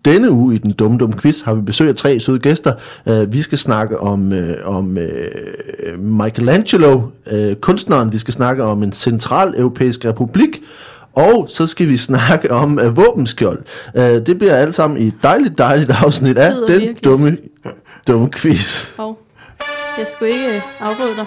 denne uge i den dumme quiz har vi besøg af 3 søde gæster. Vi skal snakke om Michelangelo, kunstneren. Vi skal snakke om en centraleuropæisk republik. Og så skal vi snakke om våbenskjold. Det bliver alt sammen i et dejligt afsnit af den dumme quiz. Jeg skulle ikke afbryde dig.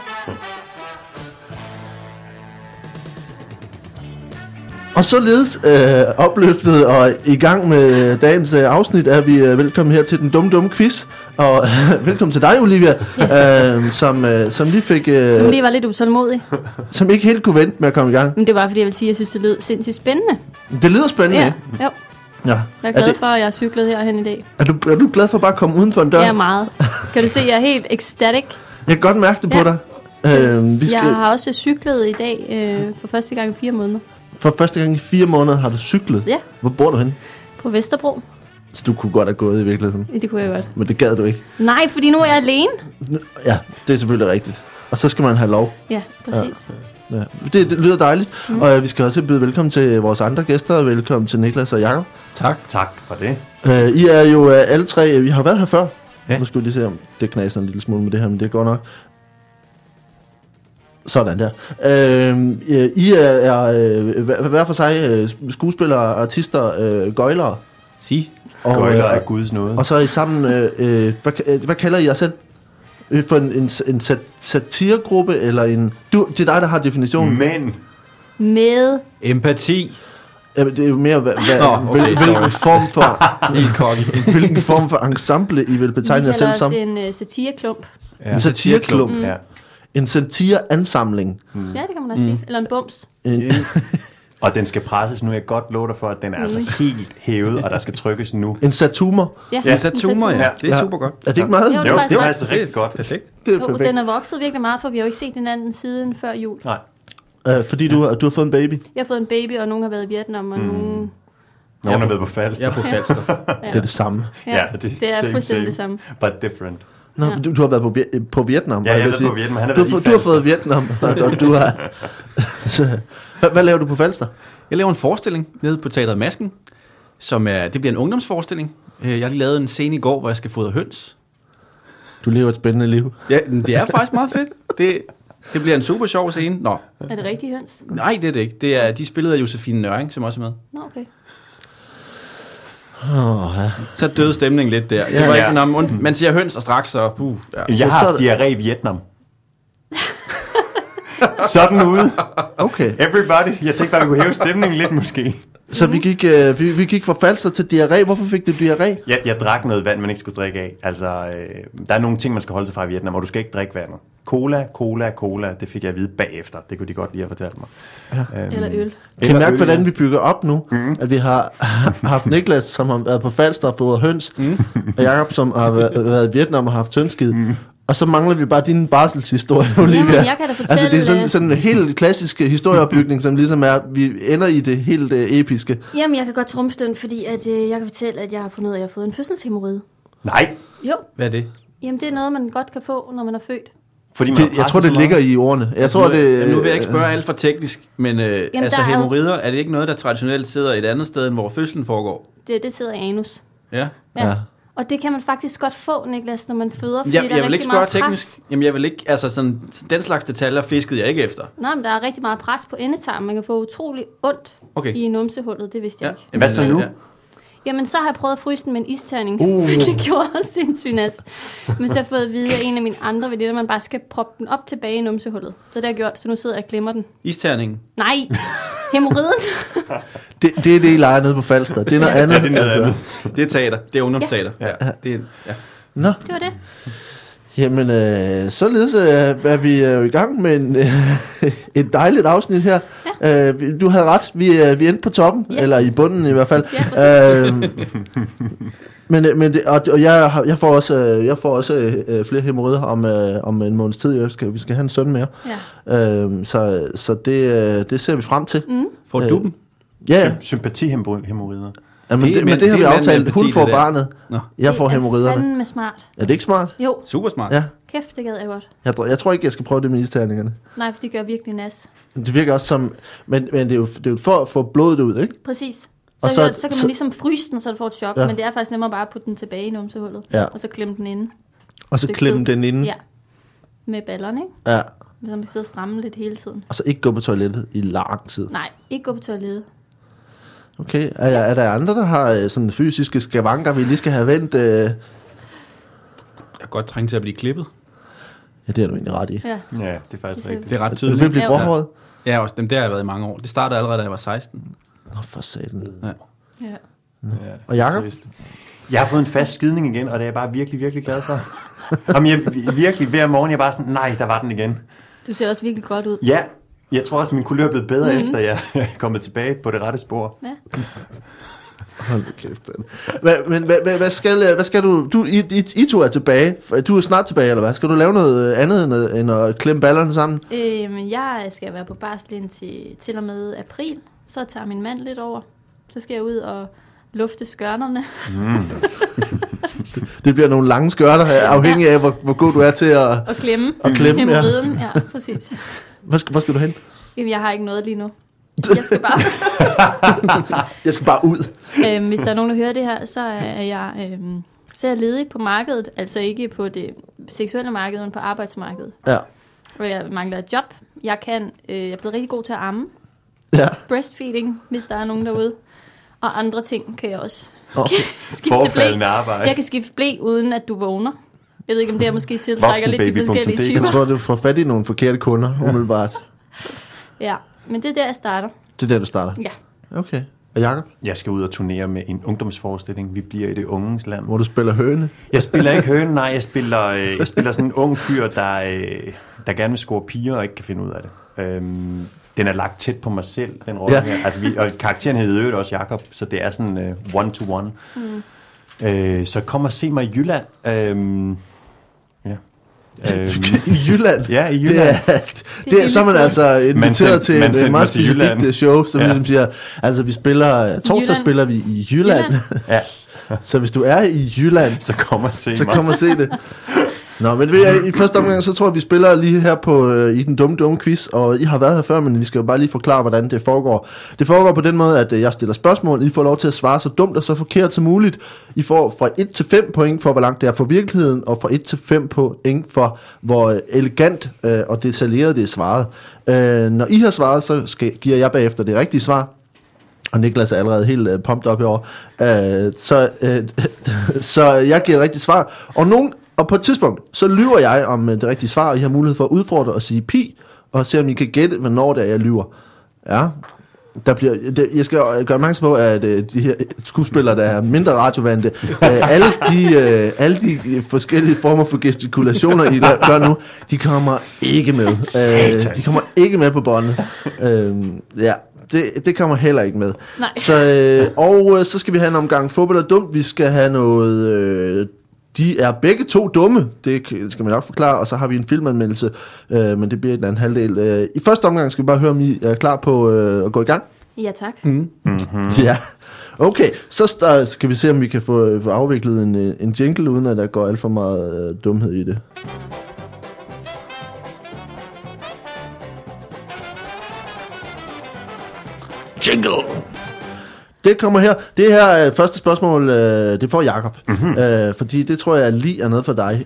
Og således opløftet og i gang med dagens afsnit er vi velkommen her til den dumme quiz. Og velkommen til dig, Olivia, som lige fik... som lige var lidt utålmodig. Som ikke helt kunne vente med at komme i gang. Men det var fordi, jeg vil sige, at jeg synes, det lød sindssygt spændende. Det lyder spændende, ja. Jo. Ja. Jeg er glad for, at jeg har cyklet herhen i dag. Er du glad for bare at komme uden for en dør? Ja, meget. Kan du se, jeg er helt ecstatic. Jeg kan godt mærke det på dig. Jeg har også cyklet i dag for første gang i 4 måneder. For første gang i 4 måneder har du cyklet? Ja. Hvor bor du henne? På Vesterbro. Så du kunne godt have gået i virkeligheden? Det kunne jeg godt. Men det gad du ikke? Nej, fordi nu er jeg alene. Ja, det er selvfølgelig rigtigt. Og så skal man have lov. Ja, præcis. Ja. Det lyder dejligt. Og vi skal også byde velkommen til vores andre gæster. Velkommen til Niklas og Jakob. Tak for det. I er jo alle 3, vi har været her før. Ja. Nu skal vi lige se, om det knaser en lille smule med det her, men det går nok. Sådan der. I er hver for sig skuespillere, artister, gøjlere. Gøjlere er Guds nåde. Og så er I sammen, hvad kalder I jer selv? For en satiregruppe, eller en... Det er dig, der har definitionen. Men. Med. Empati. Ja, det er jo mere, hvilken form for... hvilken form for ensemble I vil betegne jer selv som? Vi kalder os en satireklump. Ja. En satireklump, ja. En satireansamling. Ja, det kan man også sige. Eller en bums. Og den skal presses nu. Jeg kan godt love dig for, at den er altså helt hævet, og der skal trykkes nu. En satumor. Ja, en satumor, ja. Det er super godt. Er det ikke meget? Jo, det er faktisk rigtig godt. Perfekt. Det er perfekt. Den er vokset virkelig meget, for vi har jo ikke set hinanden siden før jul. Nej. Fordi du har fået en baby? Jeg har fået en baby, og nogen har været i Vietnam, og nogen har været på Falster. Jeg er på Falster. Det er det samme. Ja, det er fuldstændig det samme. But different. Nå, ja. Du har været på Vietnam. Ja, jeg har været på Vietnam. Han har været du har fået Vietnam, og du har... Hvad laver du på Falster? Jeg laver en forestilling nede på Teatret Masken, det bliver en ungdomsforestilling. Jeg har lige lavet en scene i går, hvor jeg skal fodre høns. Du lever et spændende liv. Ja, det er faktisk meget fedt. Det bliver en super sjov scene. Nå. Er det rigtige høns? Nej, det er det ikke. De spillede af Josefine Nøring, som også er med. Nå, okay. Ja. Så døde stemningen lidt der. Det var ikke noget, man siger høns og straks, og ja. Jeg har haft diarré i Vietnam. Sådan ude. Okay. Everybody. Jeg tænkte bare, vi kunne hæve stemningen lidt måske. Så vi gik fra Falster til diarré. Hvorfor fik du diarré? Jeg drak noget vand, man ikke skulle drikke af. Altså, der er nogle ting, man skal holde sig fra i Vietnam, og du skal ikke drikke vandet. Cola, det fik jeg at vide bagefter. Det kunne de godt lige have fortalt mig. Ja. Eller øl. Kan I mærke, hvordan vi bygger op nu? At vi har haft Niklas, som har været på Falster og fået høns, og Jakob, som har været i Vietnam og har haft tyndskid. Og så mangler vi bare din barselshistorie, Olivia. Jamen, jeg kan da fortælle... Altså, det er sådan en helt klassisk historieopbygning, som ligesom er, vi ender i det helt episke. Jamen, jeg kan godt trumfe den, fordi at, jeg kan fortælle, at jeg har fundet ud af, at jeg har fået en fødselshæmoride. Nej! Jo. Hvad er det? Jamen, det er noget, man godt kan få, når man er født. Fordi jeg tror, det ligger i ordene. Jeg tror, nu vil jeg ikke spørge alt for teknisk, men altså hæmorider, er det ikke noget, der traditionelt sidder et andet sted, end hvor fødslen foregår? Det sidder i anus. Ja. Og det kan man faktisk godt få, Niklas, når man føder, fordi jeg vil ikke spørge teknisk. Pres. Jamen, jeg vil ikke, altså sådan, den slags detaljer fiskede jeg ikke efter. Nej, men der er rigtig meget pres på endetarmen. Man kan få utrolig ondt i numsehullet, det vidste jeg ikke. Hvad så nu? Jamen, så har jeg prøvet at fryse den med en isterning. Det gjorde også sindssygt nas. Men så har jeg fået at vide af en af mine andre veninder, at man bare skal proppe den op tilbage i numsehullet. Så det har jeg gjort, så nu sidder jeg og glemmer den. Isterningen? Nej, hæmoriden. det er det, I leger nede på Falster. Det er noget andet. Det er noget andet. Det er teater. Det er ungdomsteater. Ja. Nå. Det var det. Jamen, således er vi jo i gang med et dejligt afsnit her. Ja. Du havde ret, vi endte på toppen, eller i bunden i hvert fald. Ja, men jeg får også flere hæmorider om en måneds tid. Vi skal have en søn mere. Ja. Så det ser vi frem til. Får du dem? Ja. Sympatihæmorider. Ja, men det har vi aftalt. Hun får barnet. Jeg får hæmoriderne. Det er fandme smart. Er det ikke smart? Jo. Super smart. Ja. Kæft, det gad jeg godt. Jeg tror ikke, jeg skal prøve det med isterningerne. Nej, for det gør virkelig nas. Det virker også som... Men det er jo for at få blodet ud, ikke? Præcis. Så kan man ligesom fryse den, så du får et chok, men det er faktisk nemmere bare at putte den tilbage i numsehullet, og så klemme den inde. Og så klemme den inde? Ja, med ballerne, ikke? Ja. Så man sidder og stramme lidt hele tiden. Og så ikke gå på toilettet i lang tid? Nej, ikke gå på toilettet. Okay, er der andre, der har sådan fysiske skavanker, vi lige skal have vendt? Jeg kan godt trænge til at blive klippet. Ja, det er du egentlig ret i. Ja, Ja, det er faktisk rigtigt. Det er ret Du tydeligt. vil blive gråhåret? Ja, også dem der har jeg været i mange år. Det startede allerede, da jeg var 16. Nå, for satan. Ja. ja. Ja, Og Jakob? Jeg har fået en fast skidning igen, og det er jeg bare virkelig, virkelig glad for. Jamen, jeg virkelig hver morgen, jeg er bare sådan, nej, der var den igen. Du ser også virkelig godt ud. Ja, jeg tror også, min kulør er blevet bedre, efter jeg er kommet tilbage på det rette spor. Ja. Hold da kæft. Men hvad skal du I to er tilbage. Du er snart tilbage, eller hvad? Skal du lave noget andet end at klemme ballerne sammen? Jeg skal være på barsel til og med april. Så tager min mand lidt over. Så skal jeg ud og lufte skørnerne. Det bliver nogle lange skørter, afhængig af, hvor god du er til at... Og klemme. Og klemme, ja. Hemorrhoiden, ja, præcis. Hvor skal du hen? Jamen, jeg har ikke noget lige nu. Jeg skal bare... Jeg skal bare ud. Hvis der er nogen, der hører det her, så er jeg ledig på markedet. Altså ikke på det seksuelle marked, men på arbejdsmarkedet. Ja. Og jeg mangler et job. Jeg er blevet rigtig god til at amme. Ja. Breastfeeding, hvis der er nogen derude. Og andre ting kan jeg også skifte Forfaldende blæ. arbejde. Jeg kan skifte blæ, uden at du vågner. Jeg ved ikke, om det her måske tiltrækker lidt de forskellige Voksenbaby.dk. typer. Jeg tror, du får fat i nogle forkerte kunder, umiddelbart. Ja, men det er der, jeg starter. Det er der, du starter? Ja. Okay. Og Jakob? Jeg skal ud og turnere med en ungdomsforestilling. Vi bliver i det unges land. Hvor du spiller høne? Jeg spiller ikke høne, nej. Jeg spiller sådan en ung fyr, der gerne vil score piger og ikke kan finde ud af det. Den er lagt tæt på mig selv, den rolle her. Altså, og karakteren hedder øvrigt også Jakob, så det er sådan one-to-one. Så kom og se mig i Jylland. I Jylland? Ja, i Jylland. Det er så man altså inviteret til et meget specifikt show, som ligesom siger, altså vi spiller, torsdag spiller vi i Jylland. Ja. Så hvis du er i Jylland, så kom og se mig. Så kom og se det. Nå, men i første omgang, så tror jeg, vi spiller lige her på i den dumme quiz, og I har været her før, men vi skal jo bare lige forklare, hvordan det foregår. Det foregår på den måde, at jeg stiller spørgsmål, I får lov til at svare så dumt og så forkert som muligt. I får fra 1 til 5 point for, hvor langt det er fra virkeligheden, og fra 1 til 5 point for, hvor elegant og detaljeret det er svaret. Når I har svaret, så giver jeg bagefter det rigtige svar. Og Niklas er allerede helt pumped op herovre. Så jeg giver et rigtigt svar. Og på et tidspunkt, så lyver jeg om det rigtige svar, og I har mulighed for at udfordre og sige pi, og se om I kan gætte, hvornår det er, jeg lyver. Ja. Jeg skal gøre opmærksom på, at de her skuespillere, der er mindre radiovante, alle de forskellige former for gestikulationer, I gør nu, de kommer ikke med. De kommer ikke med på båndet. Ja. Det kommer heller ikke med. Nej. Så skal vi have en omgang fodbold og dumt. Vi skal have noget... de er begge to dumme. Det skal man nok forklare. Og så har vi en filmanmeldelse. Men det bliver et eller andet halvdel. I første omgang skal vi bare høre, om I er klar på at gå i gang. Ja, tak. Ja. Okay, så skal vi se, om vi kan få afviklet en jingle, uden at der går alt for meget dumhed i det. Jingle! Det kommer her. Det her første spørgsmål, det får Jakob. Fordi det tror jeg lige er noget for dig.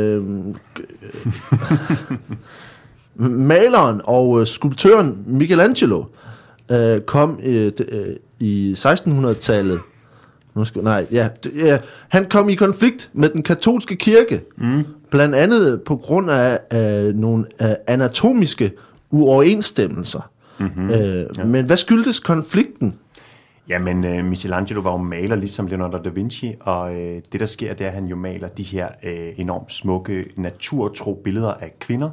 Maleren og skulptøren Michelangelo kom i 1600-tallet. Han kom i konflikt med den katolske kirke. Blandt andet på grund af nogle anatomiske uoverensstemmelser. Men hvad skyldtes konflikten? Jamen, Michelangelo var jo maler, ligesom Leonardo da Vinci, og det, der sker, det er, at han jo maler de her enormt smukke, naturtro billeder af kvinder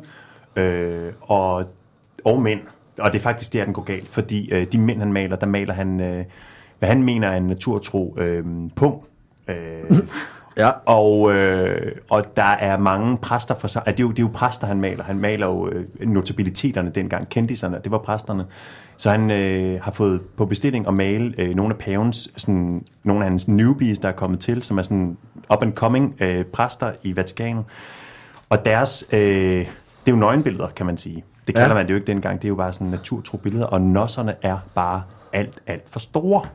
og mænd. Og det er faktisk der, den går galt, fordi de mænd, han maler, der maler han, hvad han mener er en naturtro pung. Ja. Og der er mange præster for sig. Det er jo præster, han maler. Han maler jo notabiliteterne dengang, kendiserne, det var præsterne. Så han har fået på bestilling at male nogle af pavens, sådan, nogle af hans newbies, der er kommet til, som er sådan up-and-coming præster i Vatikanet. Og deres, det er jo nøgenbilleder, kan man sige. Det kalder man det jo ikke dengang. Det er jo bare sådan naturtro billeder, og nosserne er bare alt for store.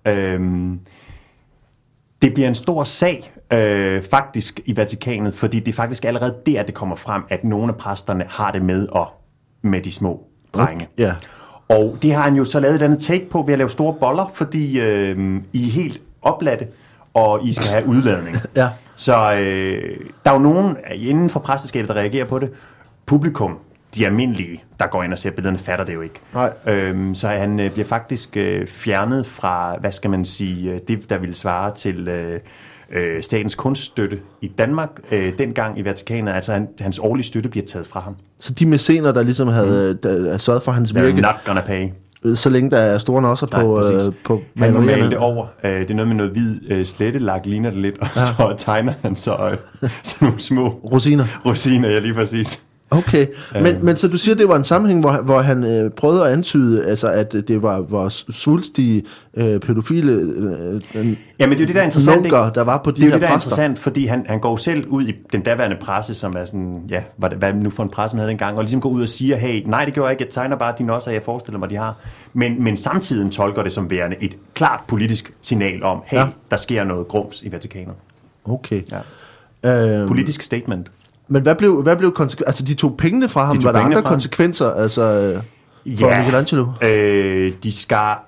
Det bliver en stor sag faktisk i Vatikanet, fordi det er faktisk allerede der, det kommer frem, at nogle af præsterne har det med de små drenge. Ja. Og det har han jo så lavet et andet take på ved at lave store boller, fordi I er helt opladte, og I skal have udladning. Ja. Så der er jo nogen inden for præsteskabet, der reagerer på det. Publikum, de almindelige, der går ind og ser billederne, fatter det jo ikke. Nej. Så han bliver faktisk fjernet fra, hvad skal man sige, det der ville svare til statens kunststøtte i Danmark dengang i Vatikanet. Altså hans årlige støtte bliver taget fra ham. Så de mæscener, der ligesom havde sørget for hans virke, not gonna pay. Så længe der er store nosser på han må male det over. Det er noget med noget hvid slettelak, ligner det lidt, og så tegner han så nogle små rosiner, ja, lige præcis. Okay, men så du siger, det var en sammenhæng, hvor han prøvede at antyde, altså, at det var svulstige pædofile ja, men det er det, der er interessant, munker, der var på de her præster. Det er det, der er interessant, fordi han går selv ud i den daværende presse, som er sådan, ja, hvad nu for en presse, man havde engang, og ligesom går ud og siger, hey, nej, det gjorde jeg ikke, jeg tegner bare de nosser, jeg forestiller mig, de har. Men samtidig tolker det som værende et klart politisk signal om, hey, der sker noget grums i Vatikanet. Okay. Ja. Politisk statement. Men hvad blev konsekvenser? Altså, de tog pengene fra ham. Var der andre konsekvenser for Michelangelo? De skar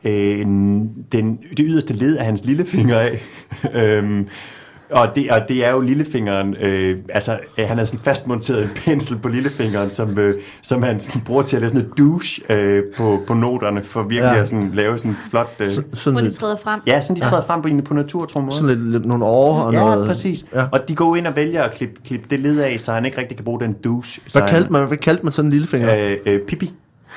det yderste led af hans lillefinger af. Og det er jo lillefingeren, han har sådan fastmonteret en pensel på lillefingeren, som han bruger til at lave sådan et douche på noterne, for virkelig at sådan, lave sådan flot... hvor de træder frem. Ja, sådan de træder frem på naturtro måde. Sådan lidt nogle år og noget... Ja, præcis. Ja. Og de går ind og vælger at klippe det led af, så han ikke rigtig kan bruge den douche. Hvad kaldte man sådan en lillefinger? Pipi.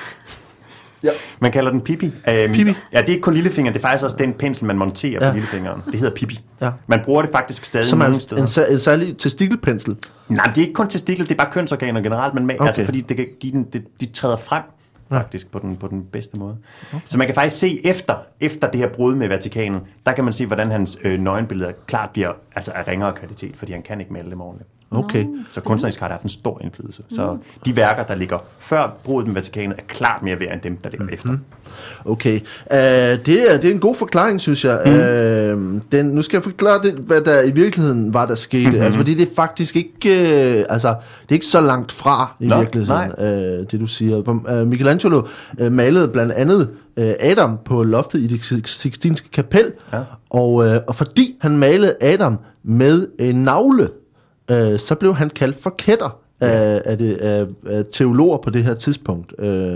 Ja. Man kalder den pipi. Pipi? Ja, det er ikke kun lillefingeren, det er faktisk også den pensel, man monterer på lillefingeren. Det hedder pipi. Ja. Man bruger det faktisk stadig som nogle steder. En særlig testikelpensel? Nej, det er ikke kun testikel, det er bare kønsorganer generelt, altså, fordi det kan give den, de træder frem faktisk på den bedste måde. Okay. Så man kan faktisk se efter det her brud med Vatikanet, der kan man se, hvordan hans nøgenbilleder klart bliver af ringere kvalitet, fordi han kan ikke male dem ordentligt. Okay. Så kunstnerisk har det haft en stor indflydelse. Så de værker, der ligger før brudet med Vatikanet, er klart mere værd end dem, der ligger efter. Okay. Det er en god forklaring, synes jeg. Nu skal jeg forklare det, hvad der i virkeligheden var, der skete. Altså, fordi det er faktisk ikke... det er ikke så langt fra i virkeligheden, det du siger. Michelangelo malede blandt andet Adam på loftet i det Sixtinske kapel, og fordi han malede Adam med en navle, så blev han kaldt for kætter af teologer på det her tidspunkt.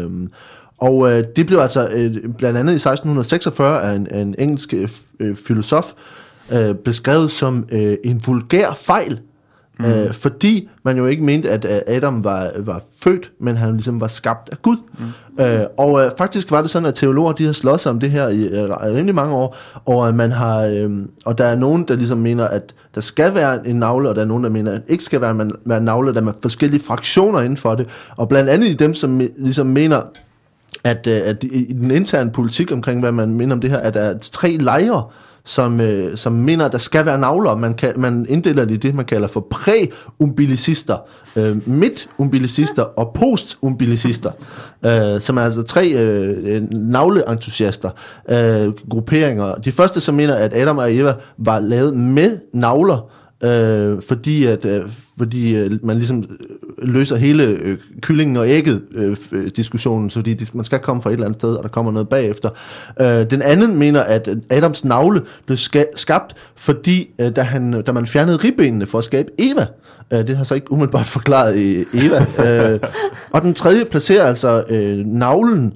Og det blev altså blandt andet i 1646 af en engelsk filosof beskrevet som en vulgær fejl, fordi man jo ikke mente, at Adam var født, men han ligesom var skabt af Gud. Og faktisk var det sådan, at teologer de har slået sig om det her i rimelig mange år, og man har og der er nogen, der ligesom mener, at der skal være en navle, og der er nogen, der mener, at ikke skal være en navle, der er forskellige fraktioner inden for det, og blandt andet i dem, som ligesom mener, at i den interne politik omkring, hvad man mener om det her, at der er 3 lejre, som mener, at der skal være navler. Man inddeler det i det, man kalder for præ-umbilicister, midt-umbilicister og post-umbilicister, som er altså 3 navleentusiaster, grupperinger. De første, som mener, at Adam og Eva var lavet med navler, fordi man ligesom løser hele kyllingen og ægget diskussionen, fordi man skal komme fra et eller andet sted, og der kommer noget bagefter. Den anden mener, at Adams navle blev skabt, fordi da man fjernede ribbenene for at skabe Eva. Det har så ikke umiddelbart forklaret Eva. Og den tredje placerer altså navlen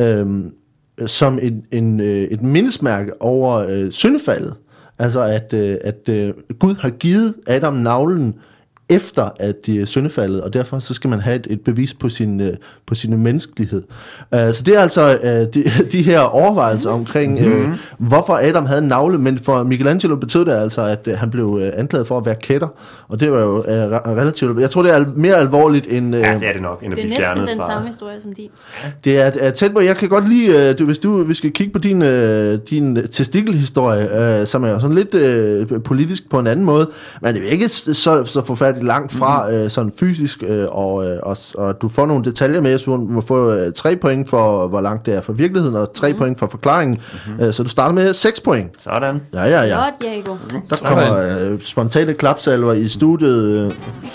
som et mindesmærke over syndefaldet. Altså at Gud har givet Adam navlen efter at de er syndefaldet, og derfor så skal man have et bevis på sin menneskelighed. Så det er altså de her overvejelser omkring, hvorfor Adam havde en navle, men for Michelangelo betød det altså, at han blev anklaget for at være kætter, og det var jo relativt... Jeg tror, det er mere alvorligt end... Ja, det er det nok, end at blive fjernet fra... Det er næsten den samme historie som din. Det er tæt på. Jeg kan godt lide, hvis vi skal kigge på din testikelhistorie, som er jo sådan lidt politisk på en anden måde, men det er ikke så forfærdeligt. særlig langt fra sådan fysisk, og du får nogle detaljer med, så du må få 3 point for, hvor langt det er fra virkeligheden, og 3 point for forklaringen. Så du starter med 6 point. Sådan. Ja. Godt, Diego. Der kommer spontane klapsalver i studiet.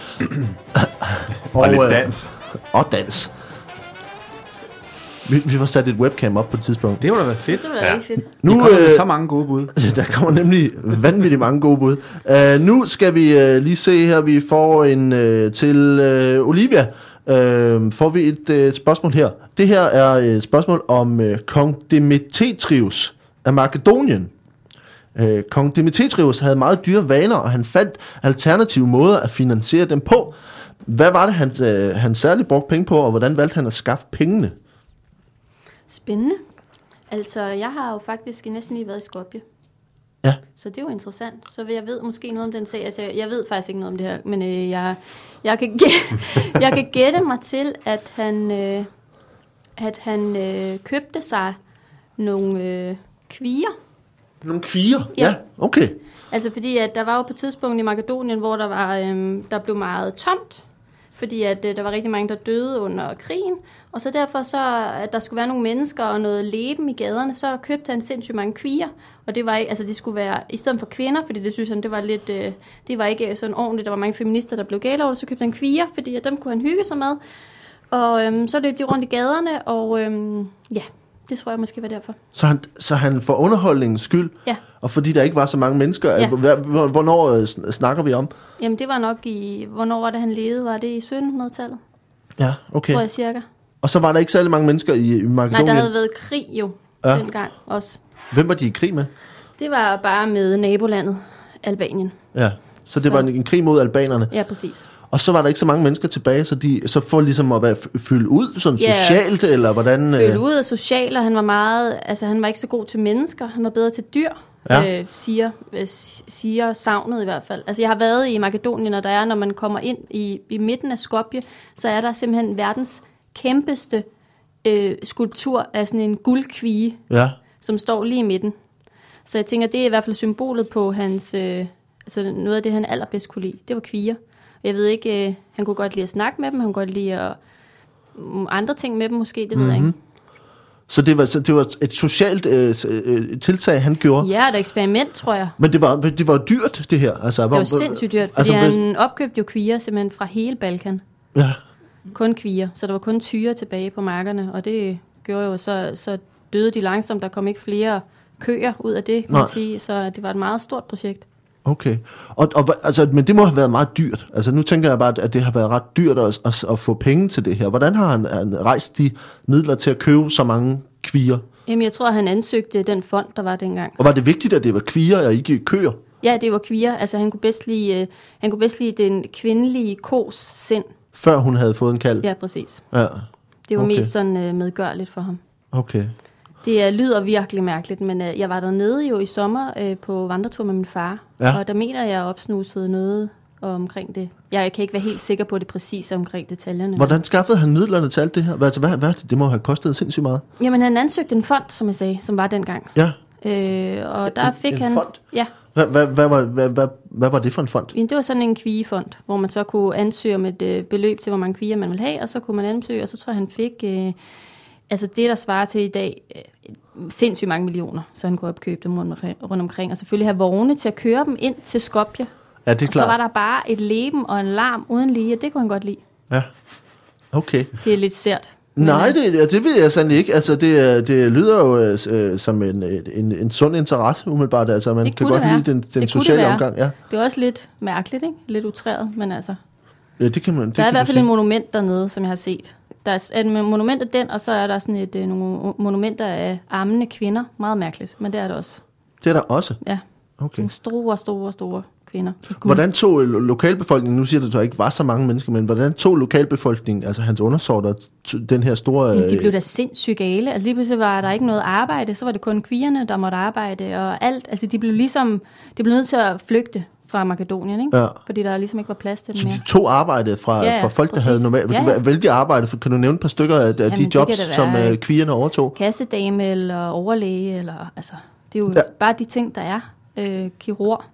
Og lidt dans. Og dans. Vi får sat et webcam op på et tidspunkt. Det var da været fedt. Det var da rigtig fedt. Nu Nu kommer med så mange gode bud. der kommer nemlig vanvittigt mange gode bud. Nu skal vi lige se her, vi får en til Olivia. Får vi et spørgsmål her. Det her er et spørgsmål om kong Demetrius af Makedonien. Kong Demetrius havde meget dyre vaner, og han fandt alternative måder at finansiere dem på. Hvad var det, han særligt brugte penge på, og hvordan valgte han at skaffe pengene? Spændende. Altså, jeg har jo faktisk næsten lige været i Skopje. Ja. Så det er jo interessant. Så jeg ved måske noget om den sag. Altså, jeg ved faktisk ikke noget om det her, men jeg kan gætte mig til, at han købte sig nogle kvier. Nogle kvier? Ja. Ja, okay. Altså fordi, at der var jo på et tidspunkt i Makedonien, hvor der blev meget tomt, fordi at der var rigtig mange, der døde under krigen, og så derfor så, at der skulle være nogle mennesker og noget leben i gaderne, så købte han sindssygt mange kvier, og det var ikke, altså det skulle være, i stedet for kvinder, fordi det synes han, det var lidt, det var ikke sådan ordentligt, der var mange feminister, der blev gale over det, så købte han kvier, fordi at dem kunne han hygge sig med, og så løb de rundt i gaderne, og ja, det tror jeg måske var derfor. Så han for underholdningens skyld, Ja. og fordi der ikke var så mange mennesker, Ja. Hvornår snakker vi om? Jamen det var nok hvornår var det han levede, var det i 1700-tallet, Ja, okay. tror jeg cirka. Og så var der ikke særlig mange mennesker i Makedonien? Nej, der havde været krig jo, dengang også. Hvem var de i krig med? Det var bare med nabolandet, Albanien. Ja, så det var en krig mod albanerne. Ja, præcis. Og så var der ikke så mange mennesker tilbage, så de så får ligesom at være fyldt ud sådan socialt, eller hvordan? Følte ud af social, og han var ikke så god til mennesker, han var bedre til dyr, siger savnet i hvert fald. Altså jeg har været i Makedonien, og når man kommer ind i midten af Skopje, så er der simpelthen verdens kæmpeste skulptur af sådan en guldkvie, som står lige i midten. Så jeg tænker, det er i hvert fald symbolet på hans, altså noget af det, han allerbedst kunne lide. Det var kvier. Jeg ved ikke, han kunne godt lide at snakke med dem, han kunne godt lide at andre ting med dem måske, det ved jeg ikke. Så det var et socialt tiltag, han gjorde? Ja, et eksperiment, tror jeg. Men det var dyrt, det her? Altså, det var sindssygt dyrt, fordi han opkøbte jo kvier simpelthen fra hele Balkan. Ja. Kun kvier, så der var kun tyre tilbage på markerne, og det gjorde jo så døde de langsomt, der kom ikke flere køer ud af det, kan man sige, så det var et meget stort projekt. Okay, altså, men det må have været meget dyrt. Altså nu tænker jeg bare, at det har været ret dyrt at få penge til det her. Hvordan har han rejst de midler til at købe så mange kvier? Jamen jeg tror, han ansøgte den fond, der var dengang. Og var det vigtigt, at det var kvier og ikke køer? Ja, det var kvier. Altså han kunne bedst lide den kvindelige kos sind. Før hun havde fået en kalv? Ja, præcis. Ja. Det var mest sådan medgørligt for ham. Okay. Det lyder virkelig mærkeligt, men jeg var dernede jo i sommer på vandretur med min far, og der mener jeg opsnusede noget omkring det. Jeg kan ikke være helt sikker på det præcise omkring detaljerne. Hvordan skaffede han midlerne til alt det her? Hvad det må have kostet sindssygt meget. Jamen han ansøgte en fond, som jeg sagde, som var dengang. Ja. Og der fik han... En fond? Ja. Hvad var det for en fond? Jamen, det var sådan en kvigefond, hvor man så kunne ansøge om et beløb til, hvor mange kviger man ville have, og så kunne man ansøge, og så tror jeg, han fik... Altså det, der svarer til i dag, sindssygt mange millioner, så han kunne opkøbe dem rundt omkring. Og selvfølgelig have vogne til at køre dem ind til Skopje. Ja, det er klart. Så var der bare et leben og en larm uden lige, og det kunne han godt lide. Ja, okay. Det er lidt sært. Nej, det ved jeg sandelig ikke. Altså, det lyder jo som en sund interesse, umiddelbart. Altså, man kan godt lide den sociale omgang. Ja. Det er også lidt mærkeligt, ikke? Lidt utræret, men altså... Ja, det kan man. Der er i hvert fald et monument dernede, som jeg har set. Der er et monument af den, og så er der sådan nogle monumenter af ammende kvinder. Meget mærkeligt, men det er det også. Det er der også? Ja. Okay. Nogle store kvinder. Hvordan tog lokalbefolkningen, nu siger du, at der ikke var så mange mennesker, men hvordan tog lokalbefolkningen, altså hans undersårter, den her store... De blev da sindssygt gale. Altså lige pludselig var der ikke noget arbejde, så var det kun kvierne, der måtte arbejde, og alt. Altså de blev nødt til at flygte fra Makedonien, ikke? Ja. Fordi der ligesom ikke var plads til dem mere. Så de tog arbejde fra folk, præcis. Der havde normalt... Ja. Hvilke arbejde? Kan du nævne et par stykker af de jobs, som kvierne overtog? Kassedame eller overlæge, eller altså... Det er jo bare de ting, der er. Kirurg.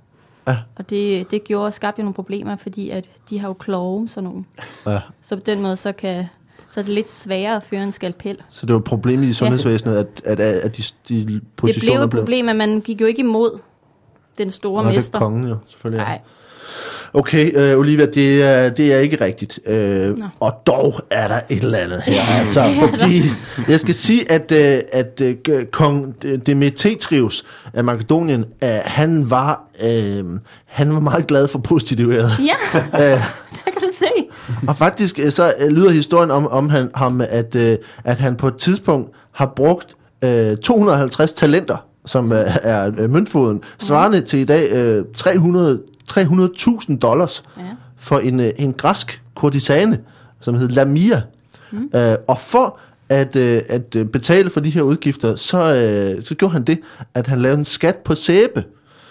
Ja. Og det skabte jo nogle problemer, fordi at de har jo klove, sådan nogle. Ja. Så på den måde, så er det lidt sværere at føre en skalpel. Så det var et problem i sundhedsvæsenet, at de positioner det blev et problem, at man gik jo ikke imod den store mester. Det er kongen jo, selvfølgelig. Nej. Okay, Olivia, det er ikke rigtigt. Og dog er der et eller andet her. Altså, fordi jeg skal sige, at kong Demetrius af Makedonien, han var meget glad for prostituerede. Ja, der kan du se. Og faktisk så lyder historien om ham, at han på et tidspunkt har brugt 250 talenter, som er møntfoden, svarende til i dag $300,000 for en græsk kurtisane, som hed Lamia. Og for at betale for de her udgifter, så gjorde han det, at han lavede en skat på sæbe.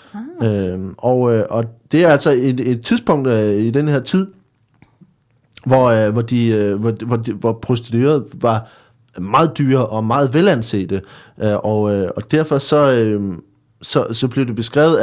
Og det er altså et tidspunkt i den her tid, hvor prostituerede var meget dyre og meget velansete, og derfor så blev det beskrevet,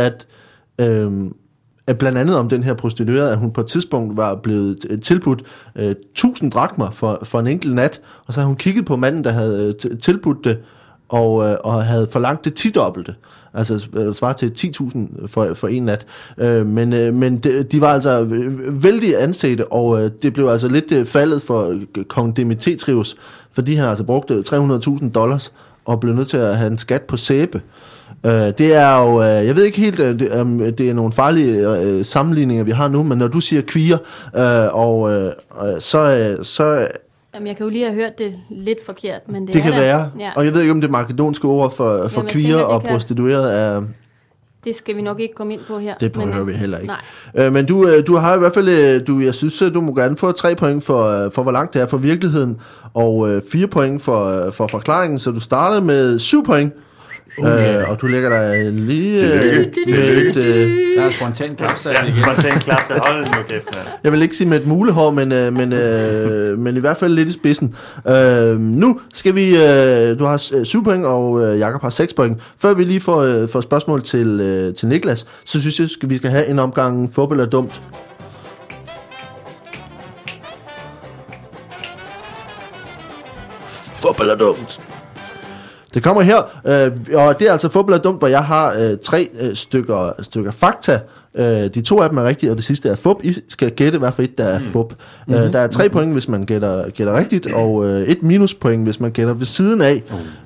at blandt andet om den her prostituerede, at hun på et tidspunkt var blevet tilbudt 1000 drakmer for en enkelt nat, og så havde hun kigget på manden, der havde tilbudt det, og havde forlangt det 10-dobbelte. Altså svar til 10.000 for en nat. Men de var altså vældig ansete, og det blev altså lidt faldet for kong Demetrius, fordi han altså brugte $300,000 og blev nødt til at have en skat på sæbe. Det er jo, jeg ved ikke helt, det er nogle farlige sammenligninger, vi har nu, men når du siger queer, så Jamen, jeg kan jo lige have hørt det lidt forkert, men det kan være. Ja. Og jeg ved ikke, om det makedonske ord for queer og prostitueret er... Det skal vi nok ikke komme ind på her. Det behøver vi heller ikke. Men du har i hvert fald... jeg synes, du må gerne få 3 point for hvor langt det er fra virkeligheden, og 4 point for forklaringen, så du starter med 7 point. Og du lægger dig lige... Der er spontan klaps. Ja, spontan klaps. Hold nu kæft, man. Jeg vil ikke sige med et mulehår, men i hvert fald lidt i spidsen. Nu skal vi... du har 7 point, og Jakob har 6 point. Før vi lige får spørgsmål til Niklas, så synes jeg, vi skal have en omgang fodbold er dumt. Fodbold er dumt. Det kommer her, og det er altså fodbold er dumt, hvor jeg har 3 stykker fakta. De 2 af dem er rigtige, og det sidste er fup. I skal gætte, hvad for et der er fup. Der er 3 point, hvis man gætter rigtigt, og 1 minuspoint, hvis man gætter ved siden af.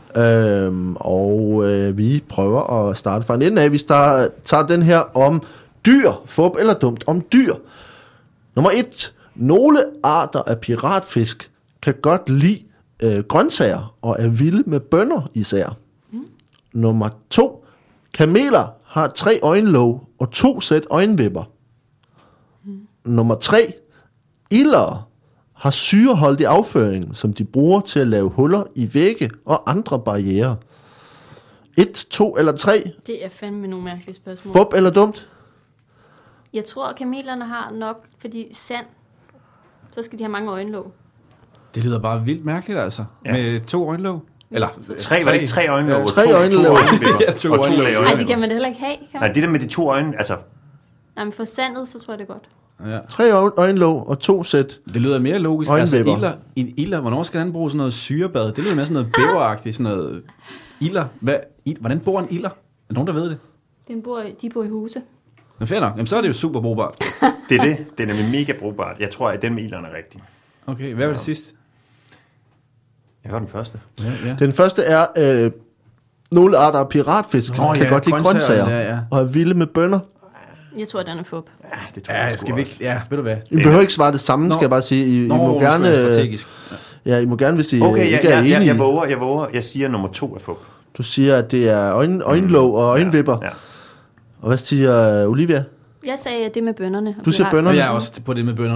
Vi prøver at starte fra en ende af. Vi tager den her om dyr. Fup eller dumt om dyr. Nummer 1. Nogle arter af piratfisk kan godt lide grøntsager og er vilde med bønner især. Nummer 2. Kameler har 3 øjenlåg og 2 sæt øjenvipper. Nummer 3. Ildere har syreholdig afføring, som de bruger til at lave huller i vægge og andre barrierer. 1, 2 eller 3? Det er fandme nogle mærkelige spørgsmål. Fup eller dumt? Jeg tror, at kamelerne har nok, fordi sand, så skal de have mange øjenlåg. Det lyder bare vildt mærkeligt, altså. Ja. Med 2 øjenlåg. Eller 3, var det ikke 3 øjenlåg? Ja, 2 øjenlåg. Ja, 2 øjenlåg. Nej, det kan man heller ikke have. Nej, det der med de 2 øjne, altså... Nej, men for sandet, så tror jeg det er godt. Ja. 3 øjenlåg og 2 sæt. Det lyder mere logisk. Øjenvipper. Altså, ilder, hvornår skal han bruge sådan noget syrebad? Det lyder mere sådan noget bæveragtigt, sådan noget... Ilder? Hvordan bor en ilder? Er der nogen, der ved det? De bor i huse. Nå, fair nok. Jamen, så er det jo super brugbart. Det er det. Det er nemlig mega brugbart. Jeg tror, at den med ilderne er rigtig. Okay, hvad var det sidste? Jeg var den første. Ja. Den første er, nogle arter af piratfisk kan godt lide grøntsager og er vilde med bønner. Jeg tror, den er fup. Ja, det tror jeg skal vi ikke. Ja, ved du hvad? I behøver ikke svare det samme, skal jeg bare sige. I må gerne... strategisk. Ja, I må gerne, hvis I ikke er enige. Jeg våger. Jeg siger, nummer 2 er fup. Du siger, at det er øjenlåg og øjenvipper. Ja. Og hvad siger Olivia? Jeg sagde det med bønnerne. Du siger bønnerne? Og jeg er også på det med bønnerne.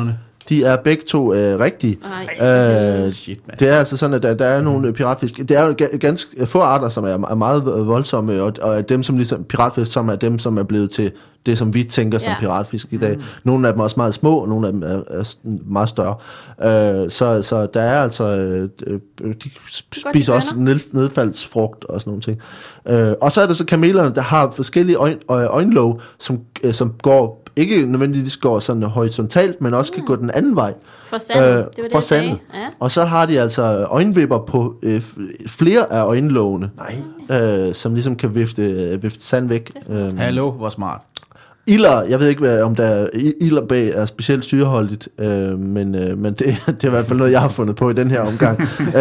De er begge to rigtige. Shit, man. Det er altså sådan, at der er nogle piratfisk. Det er jo ganske få arter, som er meget voldsomme, og dem, som ligesom piratfisk, som er dem, som er blevet til det, som vi tænker som piratfisk i dag. Nogle af dem er også meget små, og nogle af dem er meget større. Så der er altså... de spiser også nedfaldsfrugt og sådan nogle ting. Og så er der så kamelerne, der har forskellige øjenlåg, som går... ikke nødvendigvis går sådan horisontalt, men også kan gå den anden vej. For sandet. Det var det, sandet. Ja. Og så har de altså øjenvipper på flere af øjenlågene, som ligesom kan vifte sand væk. Hallo, hvor smart. Ilder, jeg ved ikke, om der ilderbæg er specielt syreholdigt, men det er i hvert fald noget, jeg har fundet på i den her omgang.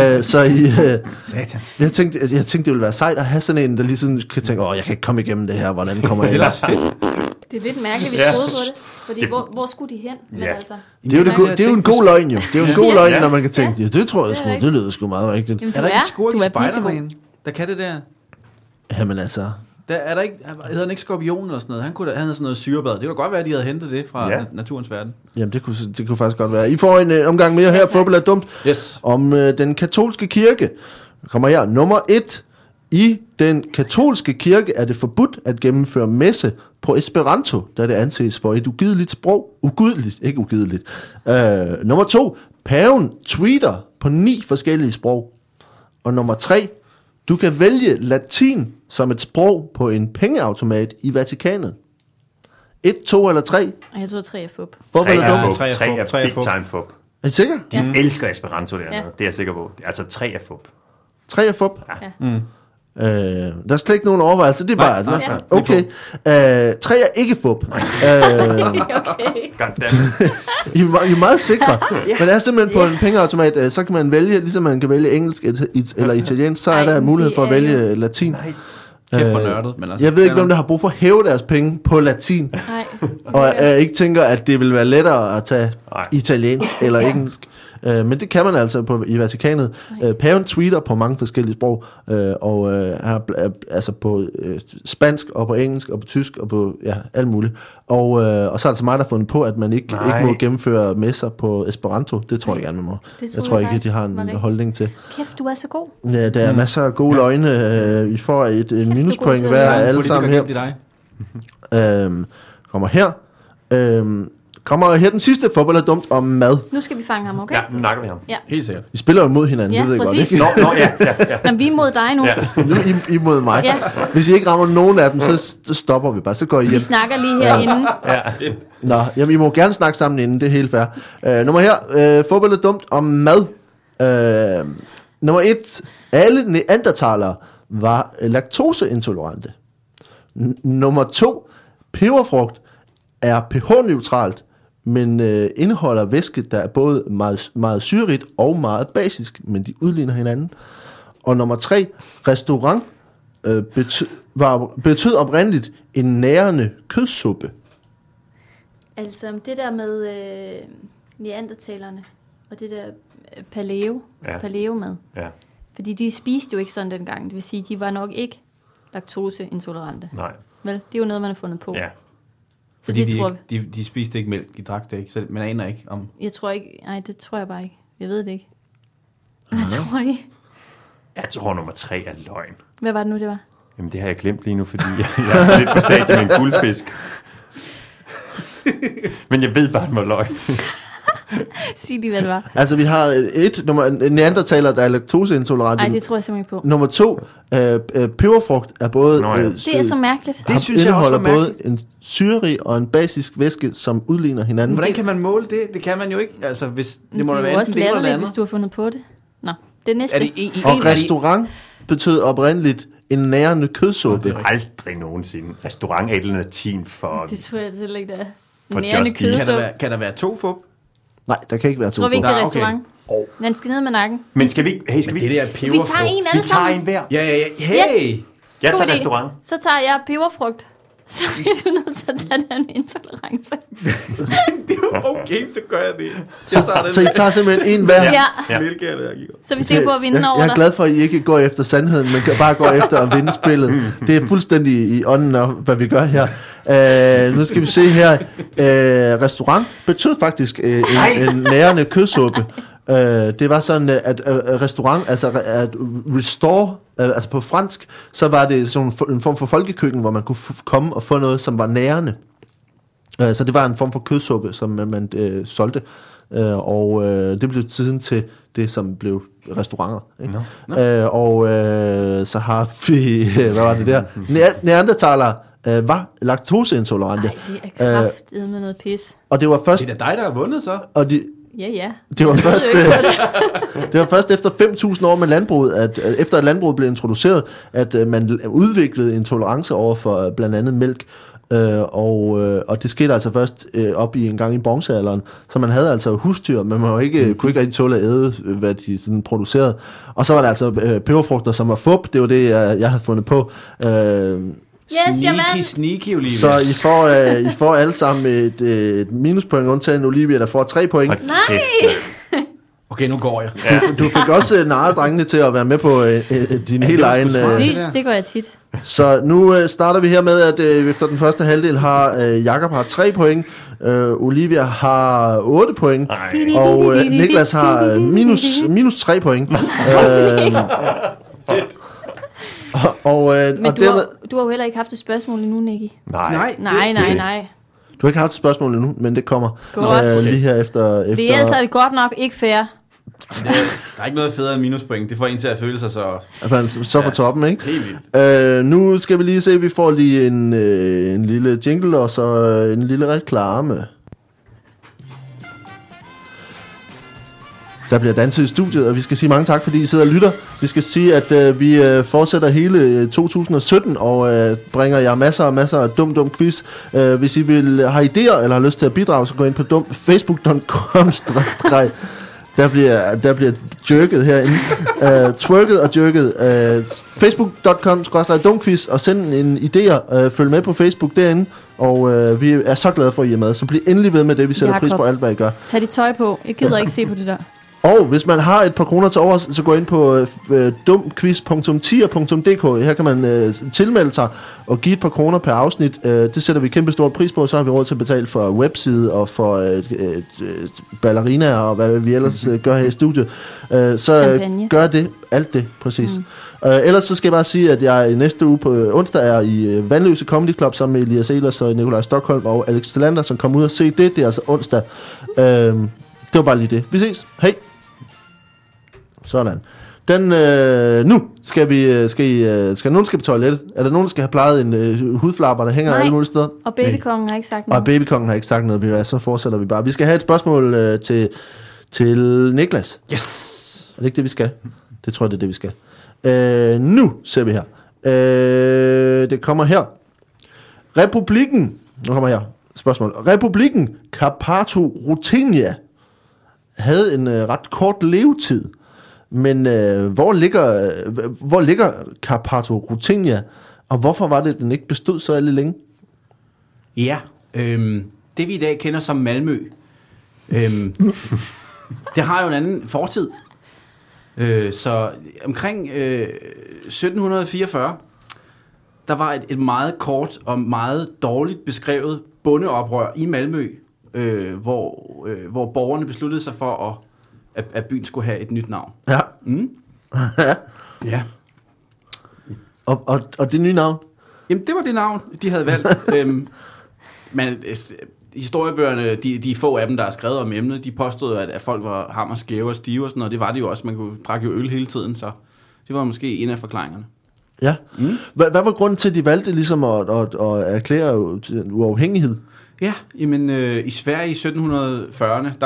Jeg tænkte, det ville være sejt at have sådan en, der ligesom kan tænke, jeg kan ikke komme igennem det her, hvordan kommer jeg ind? Det er lidt mærkeligt, vi troede på det. Fordi hvor skulle de hen? Men altså, det er jo en god løgn, jo. Det er jo en god løgn, når man kan tænke, det tror jeg sgu, det lyder sgu meget rigtigt. Jamen, er der ikke skurk i Spider-Man, der kan det der? Jamen altså... Der er der ikke, hedder han ikke Skorpion eller sådan noget? Han havde sådan noget syrebad. Det kunne godt være, at de havde hentet det fra naturens verden. Jamen, det kunne faktisk godt være. I får en omgang mere her, fodbold er dumt, om den katolske kirke. Kommer her, nummer 1. I den katolske kirke er det forbudt at gennemføre messe på Esperanto, da det anses for et ugideligt sprog. Ikke ugideligt. Nummer 2. Paven tweeter på 9 forskellige sprog. Og nummer 3. Du kan vælge latin som et sprog på en pengeautomat i Vatikanet. 1, 2 eller 3? Jeg tror 3 er fup. 3 er big time fup. Er I sikker? De elsker Esperanto dernede, det er jeg sikker på. Altså 3 er fup. 3 er fup? Ja. Der er slet ikke nogen overvejelse, det er bare... Nej. Okay. 3 er ikke fup. I er meget sikre. Men er simpelthen på en pengeautomat, så kan man vælge, ligesom man kan vælge engelsk eller italiensk, så er der mulighed for at vælge latin. Kæft for nørdet. Men altså, jeg ved ikke, hvem der har brug for at hæve deres penge på latin. Og ikke tænker, at det vil være lettere at tage italiensk eller engelsk. Men det kan man altså i Vatikanet. Paven tweeter på mange forskellige sprog, altså på spansk og på engelsk og på tysk og på alt muligt. Og så er der så meget, der har fundet på, at man ikke må gennemføre messer på Esperanto. Det tror jeg gerne, man må. Jeg tror ikke, at de har en holdning til. Kæft, du er så god. Ja, der er masser af gode løgne. Vi får et minuspoint hver alle sammen her. Kommer her. Kommer her den sidste fodbold er dumt om mad. Nu skal vi fange ham, okay? Ja, nu nakker vi ham. Ja. Helt sikkert. Vi spiller jo mod hinanden, det ved jeg godt, ikke? Ja. Men vi er mod dig nu. Ja. Nu I mod mig. Ja. Hvis I ikke rammer nogen af dem, så stopper vi bare. Så går I hjem. Vi snakker lige herinde. Nå, jamen, I må gerne snakke sammen inden, det er helt fair. Nummer her, fodbold er dumt om mad. Nummer 1. Alle neandertalere var laktoseintolerante. Nummer 2. Peberfrugt er pH-neutralt, men indeholder væske, der er både meget, meget syrerigt og meget basisk, men de udligner hinanden. Og nummer 3, restaurant betød oprindeligt en nærende kødsuppe. Altså det der med neandertalerne og det der palæomad. Ja. Fordi de spiste jo ikke sådan dengang. Det vil sige, de var nok ikke laktoseintolerante. Nej. Vel, det er jo noget, man har fundet på. Ja. Så fordi det de spiste ikke mælk, de drak det ikke, så man aner ikke om... Jeg tror ikke, nej, det tror jeg bare ikke. Jeg ved det ikke. Hvad tror I? Jeg tror nummer 3 er løgn. Hvad var det nu, det var? Jamen det har jeg glemt lige nu, fordi jeg er så lidt på stadion med en guldfisk. Men jeg ved bare, at den var løgn. Sig lige, hvad det var. Altså, vi har neandertaler, der er laktoseintolerante. Nej, det tror jeg simpelthen ikke på. Nummer 2, peberfrugt er både... det er så mærkeligt. Det synes jeg også er både en syrerig og en basisk væske, som udligner hinanden. Hvordan kan man måle det? Det kan man jo ikke. Altså, hvis det må det da være enten det eller andet. Hvis du har fundet på det. Nå, det er næste. Og restaurant betød oprindeligt en nærende kødsuppe. Aldrig nogensinde. Restaurant er et latin for... Det tror jeg til ikke, der for nærende kødsuppe. Kan der være 2 fup? Nej, der kan ikke være 2 fup. Tror vi ikke, det er restaurant? Den skal ned med nakken. Men skal vi... Hey, skal vi... Det der peberfrugt. Vi tager en alle sammen. Vi tager en hver. Ja. Hey! Yes. Jeg tager restaurant. Så tager jeg peberfrugt. Så er du nødt til at tage den intolerance. Det er jo okay, så gør jeg det. Så I tager simpelthen en hver? Ja. Så vi ser på at vinde over dig. Jeg er glad for, at I ikke går efter sandheden, men bare går efter at vinde spillet. Det er fuldstændig i ånden af, hvad vi gør her. Nu skal vi se her. Restaurant betød faktisk en nærende kødsuppe. Det var sådan, at restaurant, altså at restore, altså på fransk, så var det sådan en form for folkekøkken, hvor man kunne komme og få noget, som var nærende. Så det var en form for kødsuppe, som man solgte. Og det blev siden til det, som blev restauranter. Ikke? Så har vi, hvad var det der? Neandertalere var laktoseintolerante. Nej, det er kraftedeme med noget pis. Og det var først... Det er dig, der har vundet så. Og Ja. Det var først efter 5.000 år med landbruget, at efter at landbruget blev introduceret, at man udviklede en tolerance over for blandt andet mælk. Og det skete altså først op i en gang i bronzealderen. Så man havde altså husdyr, men man kunne ikke rigtig tåle at æde, hvad de sådan producerede. Og så var der altså peberfrugter, som var fup. Det var det, jeg havde fundet på. Sneaky, Olivia. Så I får alle sammen et minuspoint, undtagen Olivia, der får 3 point. Nej! Okay, nu går jeg. Du fik også narredrengene til at være med på din helt egen... Præcis, det gør jeg tit. Så nu starter vi her med, at efter den første halvdel har Jakob har 3 point, Olivia har 8 point, og Niklas har minus 3 point. Men du har jo heller ikke haft et spørgsmål endnu, Nicky. Nej. Du har ikke haft et spørgsmål endnu, men det kommer lige her efter. Det er altså det godt nok ikke fair. Der er ikke noget federe end minuspoint. Det får en til at føle sig så på toppen, ikke? Helt vildt. Nu skal vi lige se, vi får lige en lille jingle og så en lille reklame. Der bliver danset i studiet, og vi skal sige mange tak, fordi I sidder og lytter. Vi skal sige, at vi fortsætter hele 2017 og bringer jer masser af dum quiz. Hvis I har idéer eller har lyst til at bidrage, så gå ind på facebook.com. Der bliver jerket herinde. Twerket og jerket. Facebook.com/dumquiz og send en idéer. Følg med på Facebook derinde. Og vi er så glade for, at I er med. Så bliv endelig ved med det. Vi sætter pris på alt, hvad I gør. Tag dit tøj på. Jeg gider ikke se på det der. Og hvis man har et par kroner til over, så gå ind på dumquiz.tier.dk. Her kan man tilmelde sig og give et par kroner per afsnit. Det sætter vi kæmpe stor pris på. Så har vi råd til at betale for webside og for ballerinaer og hvad vi ellers gør her i studiet. Så champagne. Gør det. Alt det, præcis. Ellers så skal jeg bare sige, at jeg næste uge på onsdag er i Vandløse Comedy Club sammen med Elias Ehlers og Nikolaj Stockholm og Alex Tillander, som kommer ud og se det. Det er altså onsdag. Det var bare lige det. Vi ses. Hej. Sådan. Nu skal nogen skal på toilettet. Er der nogen, der skal have plejet en hudflapper, der hænger alle mulige steder? Og babykongen har ikke sagt noget. Og babykongen har ikke sagt noget. Så fortsætter vi bare. Vi skal have et spørgsmål til Niklas. Yes! Er det ikke det, vi skal? Det tror jeg, det er det, vi skal. Nu ser vi her. Det kommer her. Republikken. Nu kommer her. Spørgsmål. Republikken Karpato-Ruthenia havde en ret kort levetid. Men hvor ligger Karpato-Ruthenia, og hvorfor var det, at den ikke bestod så alle længe? Ja, det vi i dag kender som Malmø, det har jo en anden fortid. Så omkring 1744, der var et meget kort og meget dårligt beskrevet bondeoprør i Malmø, hvor borgerne besluttede sig for at byen skulle have et nyt navn. Ja. Ja. Og det nye navn? Jamen, det var det navn, de havde valgt. Men historiebøgerne, de få af dem, der er skrevet om emnet, de påstod, at folk var hammerskæve og stive og sådan noget. Det var det jo også. Man kunne drikke øl hele tiden, så det var måske en af forklaringerne. Ja. Hvad var grunden til, at de valgte ligesom at erklære uafhængighed? Ja, jamen i Sverige i 1740'erne, der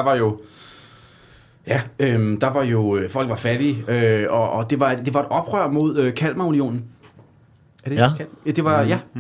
var jo folk var fattige, og det var et oprør mod Kalmarunionen. Er det? Ja. Det var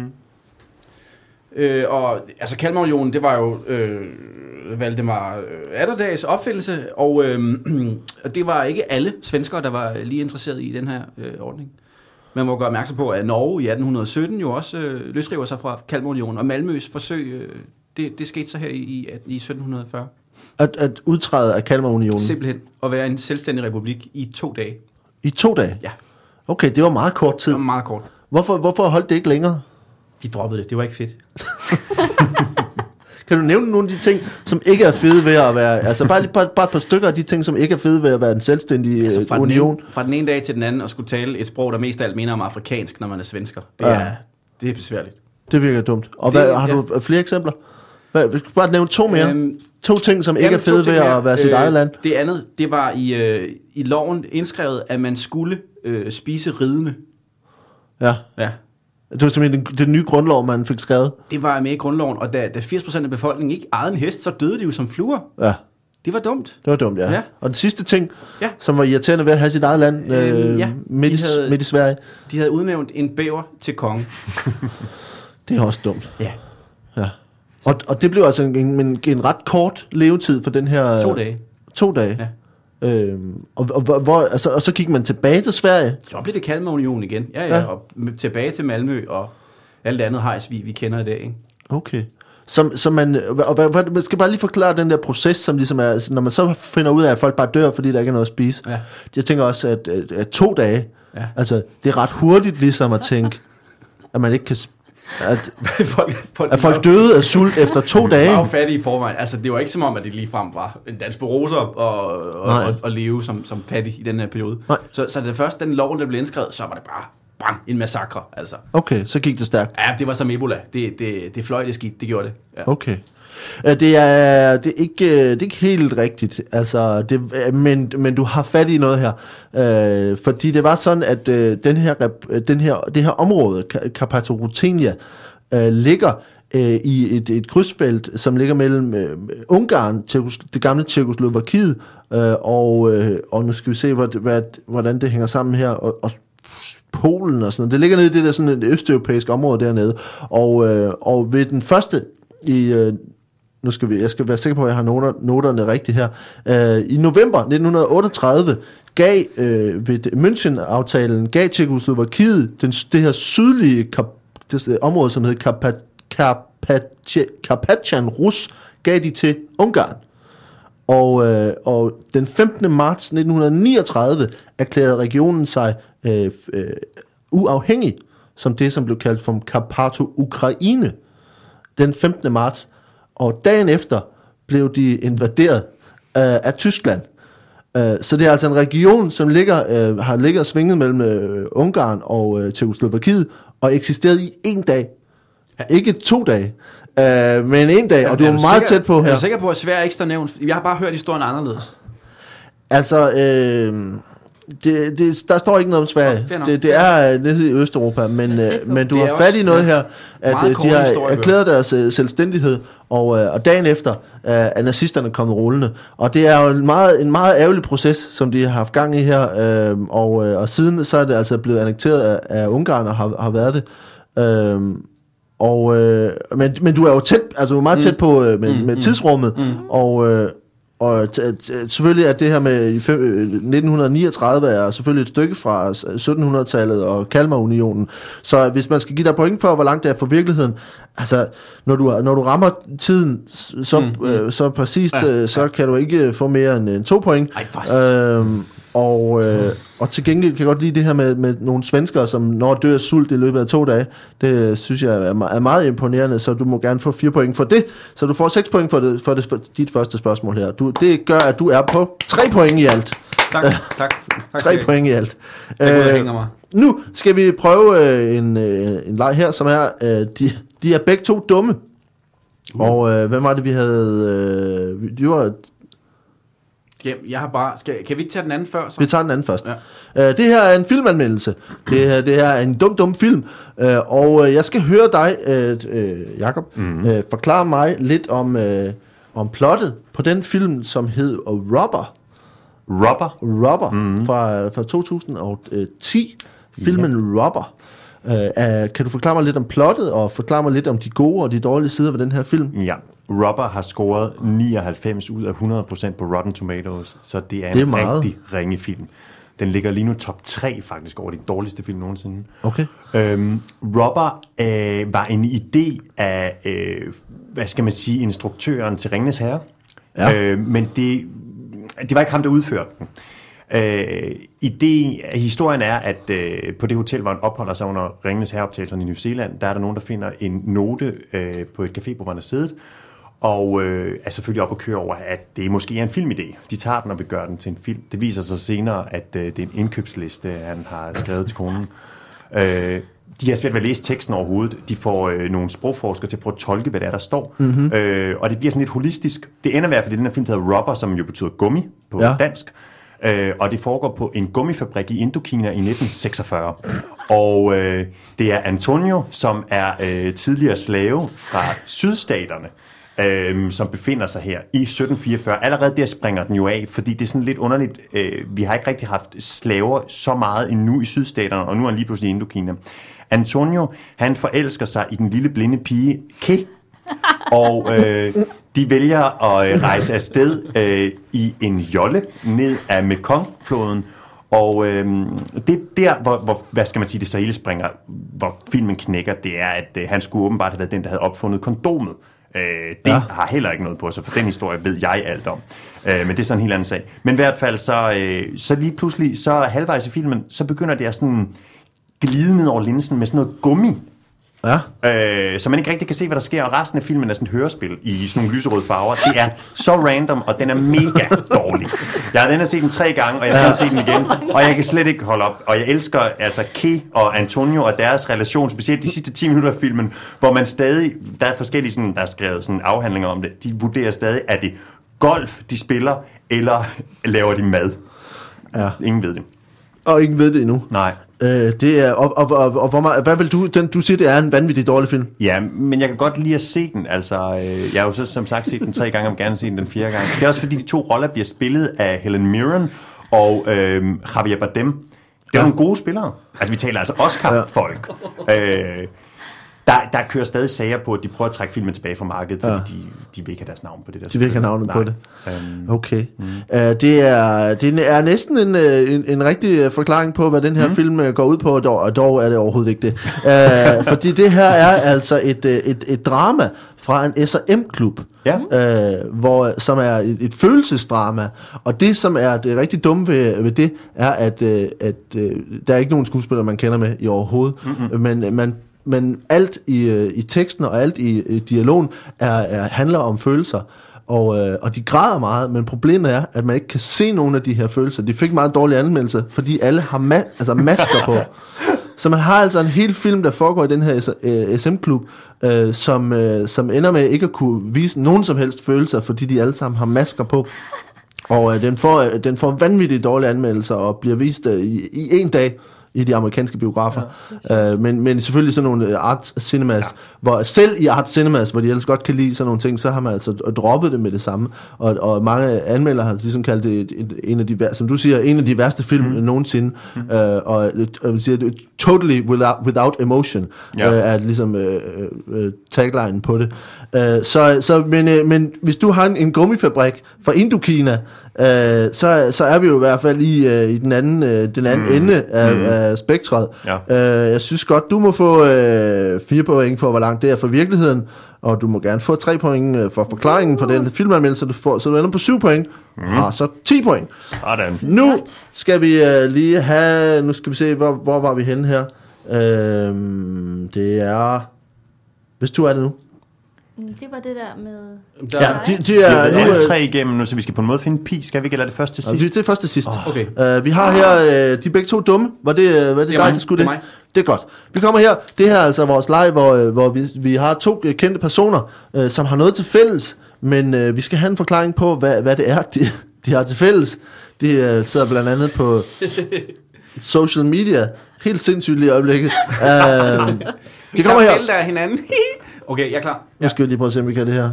og altså Kalmarunionen, det var jo Valdemar Atterdags opfindelse, og det var ikke alle svenskere, der var lige interesseret i den her ordning. Man må gøre opmærksom på, at Norge i 1817 jo også løsriver sig fra Kalmarunionen, og Malmøs forsøg, det skete så her i 1740. At udtræde af Kalmarunionen? Simpelthen. At være en selvstændig republik i 2 dage. I 2 dage? Ja. Okay, det var meget kort tid. Det var meget kort. Hvorfor holdt det ikke længere? De droppede det. Det var ikke fedt. Kan du nævne nogle af de ting, som ikke er fede ved at være... Altså bare et par stykker af de ting, som ikke er fede ved at være en selvstændig union. Fra den ene dag til den anden at skulle tale et sprog, der mest af alt minder om afrikansk, når man er svensker. Det er besværligt. Det virker dumt. Og har du flere eksempler? Bare nævne 2 mere. 2 ting, som ikke er fede ved at være sit eget land. Det andet, det var i loven indskrevet, at man skulle spise ridende. Ja. Det var simpelthen den nye grundlov, man fik skrevet. Det var med i grundloven, og da 80% af befolkningen ikke ejede en hest, så døde de jo som fluer. Ja. Det var dumt. Det var dumt, ja. Og den sidste ting, som var irriterende ved at have sit eget land midt i Sverige. De havde udnævnt en bæver til konge. Det er også dumt. Ja. Og det blev altså en ret kort levetid for den her... 2 dage. 2 dage. Ja. Og så gik man tilbage til Sverige. Så blev det Kalmarunionen igen. Ja. Og tilbage til Malmø og alt det andet hejs, vi kender i dag. Ikke? Okay. Så man skal bare lige forklare den der proces, som ligesom er, når man så finder ud af, at folk bare dør, fordi der ikke er noget at spise. Ja. Jeg tænker også, at 2 dage, altså det er ret hurtigt ligesom at tænke, at man ikke kan at folk døde af sult efter 2 dage. De var jo fattige i forvejen. Altså, det var ikke som om, at det ligefrem var en dans på roser og leve som fattig i den her periode. Så det først, den lov, der blev indskrevet, så var det bare bang, en massakre. Altså. Okay, så gik det stærkt. Ja, det var som Ebola. Det fløj, det skidt, det gjorde det. Ja. Okay. Det er ikke helt rigtigt, altså, men du har fat i noget her, fordi det var sådan, at det her område, Karpatorutenia, ligger i et krydsfelt, som ligger mellem Ungarn, det gamle Tjekkoslovakiet, og nu skal vi se, hvordan det hænger sammen her, og Polen og sådan noget. Det ligger nede i det der sådan et østeuropæisk område dernede, og ved den første jeg skal være sikker på, at jeg har noterne rigtigt her. I november 1938 gav ved München-aftalen gav Tjekkoslovakiet det her sydlige område, som hedder Karpatjan Rus, gav de til Ungarn. Og den 15. marts 1939 erklærede regionen sig uafhængig, som det, som blev kaldt for Karpato-Ukraine, den 15. marts. Og dagen efter blev de invaderet af Tyskland. Så det er altså en region, som har ligget og svinget mellem Ungarn og Tjekkoslovakiet, og eksisteret i 1 dag. Ikke 2 dage, men 1 dag, og du er meget tæt på her. Er du sikker på, at Sverige ikke står nævnt? Jeg har bare hørt historien anderledes. Altså, der står ikke noget om Sverige. Det er nede i Østeuropa, men du har fat i noget her, at de har erklæret deres selvstændighed, og dagen efter er nazisterne kommet rullende. Og det er jo en meget ærgerlig proces, som de har haft gang i her, og siden så er det altså blevet annekteret af Ungarn og har været det. Men du er jo tæt, altså du er meget tæt på med tidsrummet, og selvfølgelig er det her med 1939 er selvfølgelig et stykke fra 1700-tallet og Kalmarunionen. Så hvis man skal give dig point for, hvor langt det er fra virkeligheden, altså når du rammer tiden så præcist, så kan du ikke få mere end 2 point. Og til gengæld kan jeg godt lide det her med nogle svenskere, som når dør sult i løbet af 2 dage. Det synes jeg er meget imponerende, så du må gerne få 4 point for det. Så du får 6 point for dit første spørgsmål her. Det gør, at du er på 3 point i alt. Tak. 3 point i alt. Mig. Nu skal vi prøve en leg her, som er, de er begge to dumme. Og hvem var det, vi havde... De var... Jeg har bare... Kan vi ikke tage den anden før? Så? Vi tager den anden først. Ja. Det her er en filmanmeldelse. Det her er en dum film. Og jeg skal høre dig, Jakob, forklare mig lidt om plottet på den film, som hed Rubber. Rubber? Fra 2010. Filmen Rubber. Kan du forklare mig lidt om plottet, og forklare mig lidt om de gode og de dårlige sider ved den her film? Ja, Rubber har scoret 99 ud af 100% på Rotten Tomatoes, så det er en rigtig ringe film. Den ligger lige nu top 3 faktisk over de dårligste film nogensinde. Okay. Rubber var en idé af, hvad skal man sige, instruktøren til Ringenes Herre. Ja. Men det var ikke ham, der udførte den. Historien er, at på det hotel, hvor han opholder sig under Ringenes Herre-optagelserne i New Zealand, der er der nogen, der finder en note på et café, hvor han er siddet, og er selvfølgelig op og køre over, at det måske er en filmidé. De tager den og vil gøre den til en film. Det viser sig senere, at det er en indkøbsliste, han har skrevet til konen. De har svært ved at læse teksten overhovedet. De får nogle sprogforskere til at prøve at tolke, hvad det er, der står. Mm-hmm. Og det bliver sådan lidt holistisk. Det ender i hvert fald i den her film, der hedder Rubber, som jo betyder gummi på dansk. Og det foregår på en gummifabrik i Indokina i 1946. Og det er Antonio, som er tidligere slave fra sydstaterne, som befinder sig her i 1744. Allerede der springer den jo af, fordi det er sådan lidt underligt. Vi har ikke rigtig haft slaver så meget endnu i sydstaterne, og nu er han lige pludselig i Indokina. Antonio, han forelsker sig i den lille blinde pige, Ke, og de vælger at rejse afsted i en jolle ned af Mekong-floden, og det er der, hvor, hvad skal man sige, det så hele springer, hvor filmen knækker, det er, at han skulle åbenbart have været den, der havde opfundet kondomet. Det har heller ikke noget på sig, for den historie ved jeg alt om. Men det er sådan en helt anden sag. Men i hvert fald, så lige pludselig, så halvvejs i filmen, så begynder det at sådan glide ned over linsen med sådan noget gummi. Ja. Så man ikke rigtig kan se, hvad der sker, og resten af filmen er sådan et hørespil i sådan nogle lyserøde farver. Det er så random, og den er mega dårlig. Jeg har den her set den 3 gange, og jeg skal se den igen, og jeg kan slet ikke holde op. Og jeg elsker altså Ke og Antonio og deres relation, specielt de sidste 10 minutter af filmen, hvor man stadig, der er forskellige sådan, der er skrevet sådan afhandlinger om det, de vurderer stadig, er det golf, de spiller, eller laver de mad? Ja. Ingen ved det. Og ingen ved det endnu. Nej. Det er, og hvor meget, hvad vil du siger, det er en vanvittig dårlig film? Ja, men jeg kan godt lide at se den. Altså, jeg har jo så som sagt set den 3 gange, og gerne se den 4. gang. Det er også fordi, de 2 roller bliver spillet af Helen Mirren og Javier Bardem. Det er nogle gode spillere. Altså, vi taler altså Oscar-folk. Der kører stadig sager på, at de prøver at trække filmen tilbage fra markedet, fordi de vil ikke have deres navn på det der. De vil ikke have navnet på det. Okay. Det er næsten en rigtig forklaring på, hvad den her film går ud på, og dog er det overhovedet ikke det. Fordi det her er altså et drama fra en S&M-klub, som er et følelsesdrama. Og det, som er det rigtig dumme ved det, er, at der er ikke nogen skuespiller, man kender med i overhovedet. Mm-hmm. Men alt i teksten og alt i dialogen handler om følelser, og de græder meget, men problemet er, at man ikke kan se nogen af de her følelser. De fik meget dårlige anmeldelser, fordi alle har masker på. Så man har altså en hel film, der foregår i den her SM-klub, som ender med ikke at kunne vise nogen som helst følelser, fordi de alle sammen har masker på. Og den får vanvittigt dårlige anmeldelser og bliver vist i en dag i de amerikanske biografer. Ja. Men selvfølgelig sådan nogle art cinemas, hvor selv i art cinemas, hvor de ellers godt kan lide sådan nogle ting, så har man altså droppet det med det samme. Og mange anmeldere har ligesom kaldt det en af de, som du siger, en af de værste film nogensinde. Og jeg vil sige, totally without emotion er ligesom tagline på det. Men hvis du har en gummifabrik fra Indokina, så er vi jo i hvert fald i den anden ende af spektret. Ja. Jeg synes godt, du må få 4 point for, hvor langt det er fra virkeligheden, og du må gerne få 3 point for forklaringen for den filmanmeldelse, du får, så du ender på 7 point, og så 10 point. Sådan. Nu skal vi lige have, nu skal vi se, hvor var vi henne her. Det er, hvis du er det nu. Det var det der med... De er 3 igennem nu, så vi skal på en måde finde pi. Skal vi ikke lade det først til sidst? Det er først til sidst. Okay. Vi har her, de begge 2 dumme. Var det dig, der skulle det? Det er godt. Vi kommer her. Det her er altså vores leg, hvor vi har 2 kendte personer, som har noget til fælles. Men vi skal have en forklaring på, hvad det er, de har til fælles. De sidder blandt andet på social media. Helt sindssygt lige i øjeblikket. Vi kommer her. Der hinanden. Okay, jeg er klar. Nu skal vi lige prøve at se, om vi kan det her.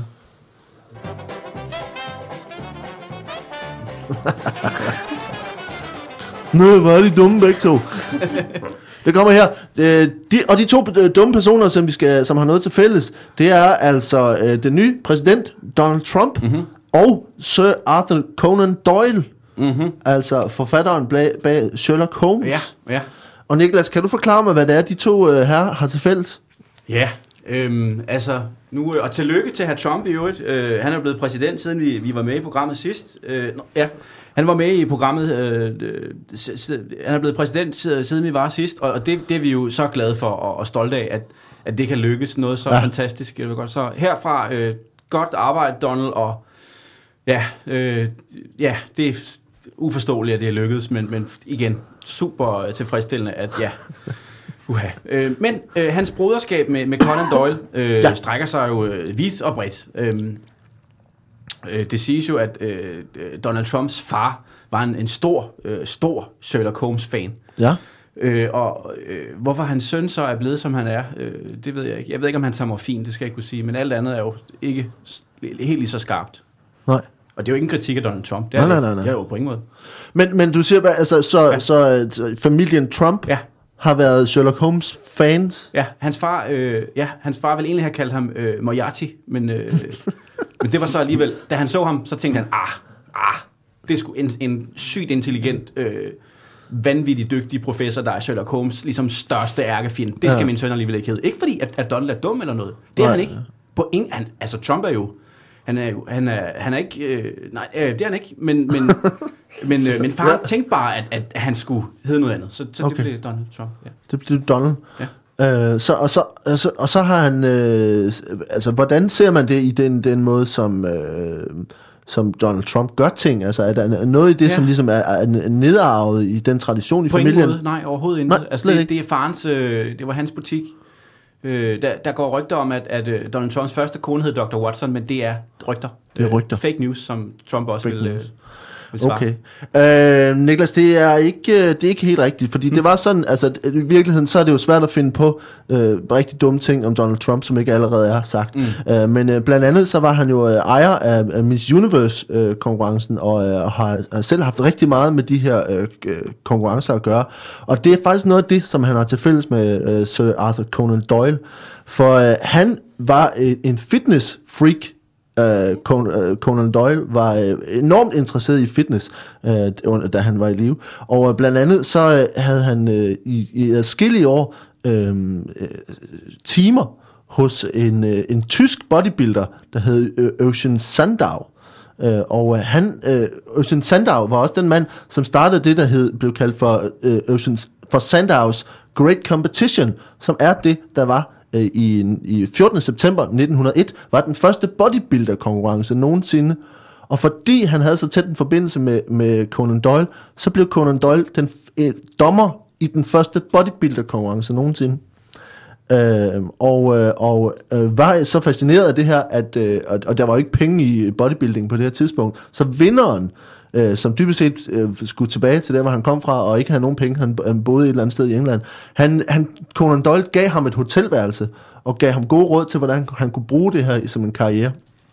Nå, hvor er de dumme begge 2. Det kommer her. De 2 dumme personer, som har noget til fælles, det er altså den nye præsident, Donald Trump, og Sir Arthur Conan Doyle. Altså forfatteren bag Sherlock Holmes. Ja. Og Niklas, kan du forklare mig, hvad det er, de 2 her har til fælles? Ja. Altså nu, og tillykke til hr. Trump i øvrigt. Han er blevet præsident, siden vi var med i programmet sidst. Han var med i programmet, han er blevet præsident siden vi var sidst, og det er vi jo så glade for og stolte af, at det kan lykkes, noget så fantastisk. Så herfra, godt arbejde, Donald, og det er uforståeligt, at det er lykkedes, men igen, super tilfredsstillende, at Men hans broderskab med Conan Doyle strækker sig jo vidt og bredt. Det siges jo, at Donald Trumps far var en stor Sherlock Holmes-fan. Ja. Hvorfor hans søn så er blevet, som han er, det ved jeg ikke. Jeg ved ikke, om han tager morfin, det skal jeg ikke kunne sige, men alt andet er jo ikke helt lige så skarpt. Nej. Og det er jo ikke en kritik af Donald Trump. Det er nej. Det er jo på ingen måde. Men du siger, altså, så familien Trump har været Sherlock Holmes fans? Ja, hans far ville egentlig have kaldt ham Moriarty, men det var så alligevel, da han så ham, så tænkte han, det er sgu en sygt intelligent, vanvittigt dygtig professor, der er Sherlock Holmes, ligesom største ærkefjende. Det skal min søn alligevel ikke hedde. Ikke fordi, at Donald er dum eller noget. Det er han ikke. Altså, Trump er jo, han er ikke, det er han ikke, men far tænkte bare, at han skulle hedde noget andet. Så det blev Donald Trump. Ja. Det blev Donald. Ja. Så har han, altså hvordan ser man det i den måde, som Donald Trump gør ting? Altså er der noget i det, som ligesom er nedarvet i den tradition i på familien? På ingen måde, nej, overhovedet ikke. Altså det er farens, det var hans butik. Der går rygter om, at Donald Trumps første kone hed Dr. Watson, men det er rygter. Det er rygter. Fake news, som Trump også vil svare. Okay. Niklas, det er ikke helt rigtigt, fordi det var sådan, altså i virkeligheden, så er det jo svært at finde på rigtig dumme ting om Donald Trump, som ikke allerede er sagt. Men blandt andet, så var han jo ejer af Miss Universe-konkurrencen, og har selv haft rigtig meget med de her konkurrencer at gøre. Og det er faktisk noget af det, som han har til fælles med Sir Arthur Conan Doyle, for han var en fitness-freak. Conan Doyle var enormt interesseret i fitness, da han var i live. Og blandt andet så havde han i adskillige år timer hos en tysk bodybuilder, der hed Ocean Sandow. Og Ocean Sandow var også den mand, som startede det, der blev kaldt for Sandows Great Competition, som er det, der var i 14. september 1901, var den første bodybuilder-konkurrence nogensinde. Og fordi han havde så tæt en forbindelse med Conan Doyle, så blev Conan Doyle den dommer i den første bodybuilder-konkurrence nogensinde. Og var så fascineret af det her, at og der var jo ikke penge i bodybuilding på det her tidspunkt, så vinderen, som dybest set skulle tilbage til der, hvor han kom fra, og ikke havde nogen penge, han boede et eller andet sted i England. Conan Doyle gav ham et hotelværelse, og gav ham gode råd til, hvordan han kunne bruge det her som en karriere.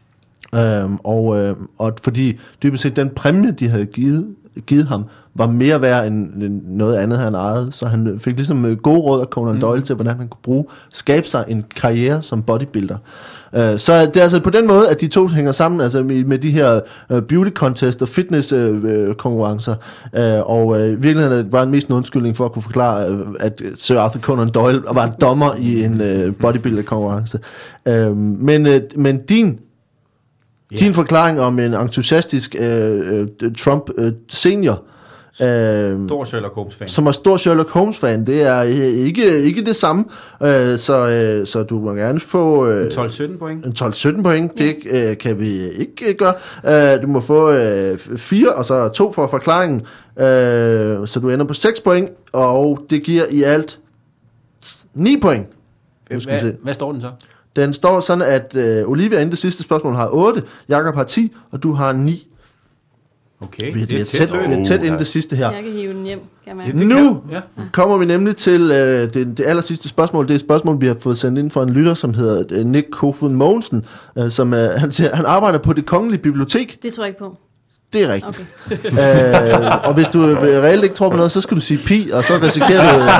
Og fordi dybest set den præmie, de havde givet ham, var mere værd end noget andet, han ejede. Så han fik ligesom gode råd af Conan Doyle til, hvordan han kunne skabe sig en karriere som bodybuilder. Så det er altså på den måde, at de to hænger sammen, altså med de her beauty contest og fitness konkurrencer. Og i virkeligheden var en mest en undskyldning for at kunne forklare, at Sir Arthur Conan Doyle var en dommer i en bodybuilder konkurrence. Men din forklaring om en entusiastisk Trump senior, stor Sherlock Holmes-fan. Som er stor Sherlock Holmes-fan, det er ikke det samme. Så du må gerne få... 12-17 point. 12-17 point, det kan vi ikke gøre. Du må få 4, og så 2 for forklaringen. Så du ender på 6 point, og det giver i alt 9 point. Hvad står den så? Den står sådan, at Olivia inden det sidste spørgsmål har 8, Jakob har 10, og du har 9. Okay, vi er tæt inden det sidste her. Jeg kan hive den hjem, kan man. Nu kommer vi nemlig til det aller sidste spørgsmål. Det er et spørgsmål, vi har fået sendt ind fra en lytter, som hedder Nick Kofod Mogensen, som han arbejder på Det Kongelige Bibliotek. Det tror jeg ikke på. Det er rigtigt. Okay. Og hvis du reelt ikke tror på noget, så skal du sige pi, og så risikerer du...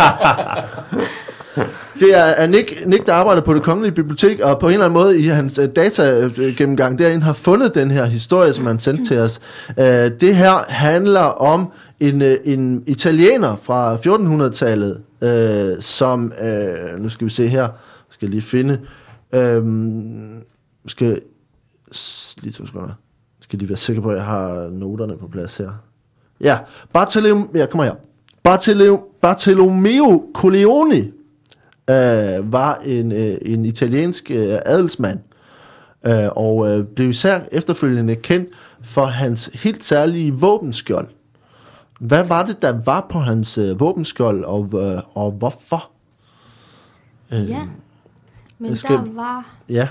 Det er Nick, der arbejder på Det Kongelige Bibliotek, og på en eller anden måde i hans data-gennemgang derinde har fundet den her historie, som han sendte til os. Det her handler om en italiener fra 1400-tallet, som... nu skal vi se her. Skal lige finde... skal lige være sikker på, at jeg har noterne på plads her. Ja, kommer her. Bartolomeo Colleone var en italiensk adelsmand, og blev især efterfølgende kendt for hans helt særlige våbenskjold. Hvad var det, der var på hans våbenskjold, og hvorfor? Ja, men der var... Ja.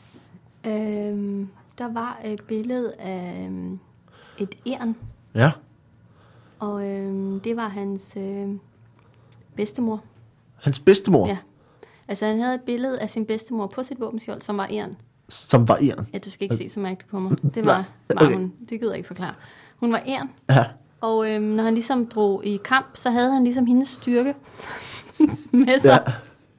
Der var et billede af et ern, Ja. og det var hans bedstemor. Hans bedstemor, Ja. Altså han havde et billede af sin bedstemor på sit våbenskjold, som var ern. som var ern. Ja, du skal ikke se så mærkeligt på mig. Det var hun. Det gider jeg ikke forklare. Hun var ern, Ja. og når han ligesom drog i kamp, så havde han ligesom hendes styrke med sig. Ja.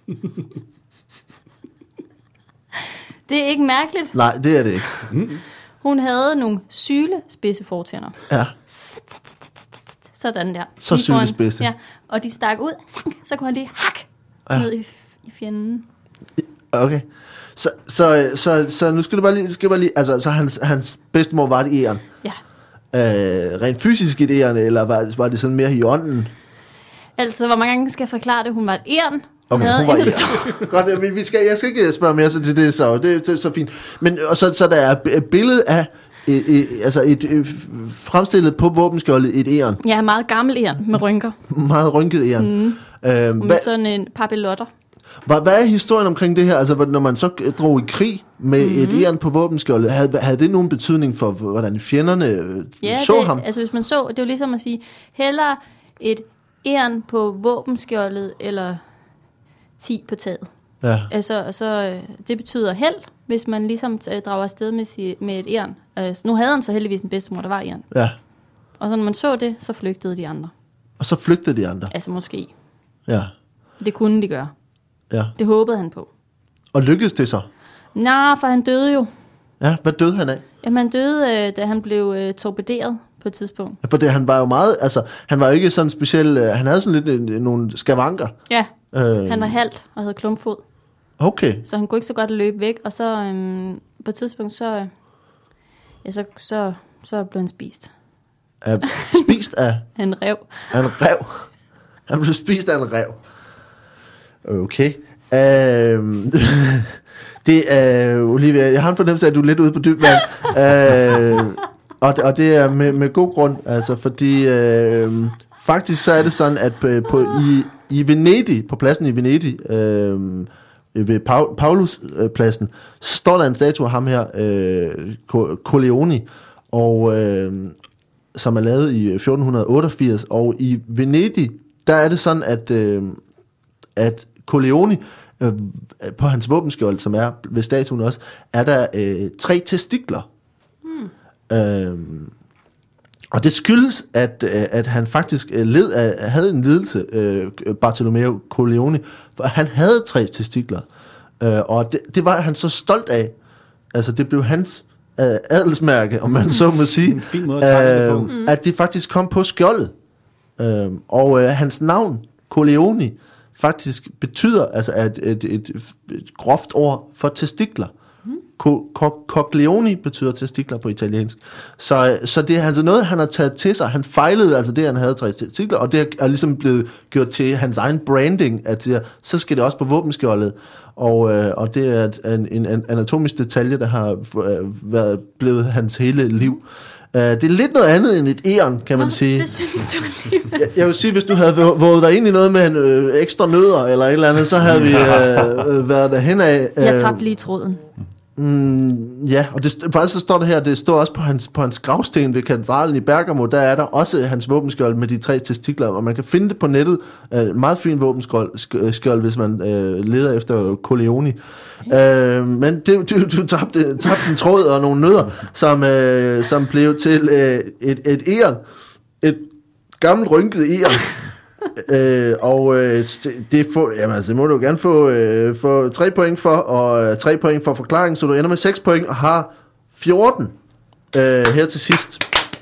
Det er ikke mærkeligt. Nej, det er det ikke. Hun havde nogle sylespidse fortænder. Ja. Sådan der. Så Lige foran. sylespidse. Ja, og de stak ud, så kunne han lige ned i fjenden. Okay. Så nu skal du bare lige altså så hans bedstemor var det eren. Ja. Rent fysisk et eren, eller var det sådan mere i ånden? Altså, hvor mange gange skal jeg forklare det? Hun var et eren. Okay, hun var eren. Godt, men jeg skal ikke spørge mere, så det er så fint. Men og så der er et billede af et fremstillet på våbenskjoldet et eren. Ja, meget gammel eren med rynker. Meget rynket eren. Med sådan en papillotter. Hvad er historien omkring det her? Altså, når man så drog i krig med et eren på våbenskjoldet, havde det nogen betydning for, hvordan fjenderne så ham? Altså, hvis man så, det er jo ligesom at sige, hellere et eren på våbenskjoldet, eller 10 på taget. Ja. Altså, det betyder held, hvis man ligesom drager afsted med et eren. Nu havde han så heldigvis en bedstemor, der var eren. Ja. Og så når man så det, så flygtede de andre. Og så flygtede de andre? Altså måske. Ja. Det kunne de gøre. Ja. Det håbede han på. Og lykkedes det så? Nej, for han døde jo. Ja, hvad døde han af? Jamen han døde, da han blev torpederet på et tidspunkt. Ja, for det, han var jo meget, altså, han var jo ikke sådan speciel, han havde sådan lidt nogle skavanker. Ja, han var halt og havde klumpfod. Okay. Så han kunne ikke så godt løbe væk, og så på et tidspunkt, så blev han spist. Spist af? En ræv. Af en rev. Han blev spist af en rev. Okay. Det er, Olivia, jeg har en fornemmelse af, at du er lidt ude på dyb vand. Og det er med god grund, altså, fordi faktisk så er det sådan, at i Venedig, på pladsen i Venedig, ved Pauluspladsen, står der en statue af ham her, Colleone, og som er lavet i 1488, og i Venedig, der er det sådan, at Colleone, på hans våbenskjold, som er ved statuen også, er der 3 testikler. Og det skyldes, at han faktisk havde en lidelse, Bartolomeo Colleone, for han havde 3 testikler. Og det var han så stolt af. Altså det blev hans adelsmærke, om man så må sige, en fin måde at det på. at det faktisk kom på skjoldet. Og hans navn, Colleone, faktisk betyder altså et groft ord for testikler. Coglione betyder testikler på italiensk. Så det er altså noget, han har taget til sig. Han fejlede altså det, han havde 3 testikler, og det er ligesom blevet gjort til hans egen branding, at så skal det også på våbenskjoldet. Og det er en anatomisk detalje, der har været blevet hans hele liv. Det er lidt noget andet end et eren, kan man sige. Det synes du alligevel. Jeg vil sige, hvis du havde våget dig ind i noget med en ekstra nødder eller et eller andet, så havde vi været derhen af. Jeg tabte lige tråden. Ja, og faktisk så står det her, det står også på hans gravsten ved katedralen i Bergamo, der er der også hans våbenskjold med de 3 testikler, og man kan finde det på nettet. Meget fin våbenskjold, hvis man leder efter Colleone. Men du tabte en tråd og nogle nødder, som blev til et eren. Et gammelt rynket eren. Det må du gerne få 3 point for, og 3 point for forklaring, så du ender med 6 point og har 14 her til sidst.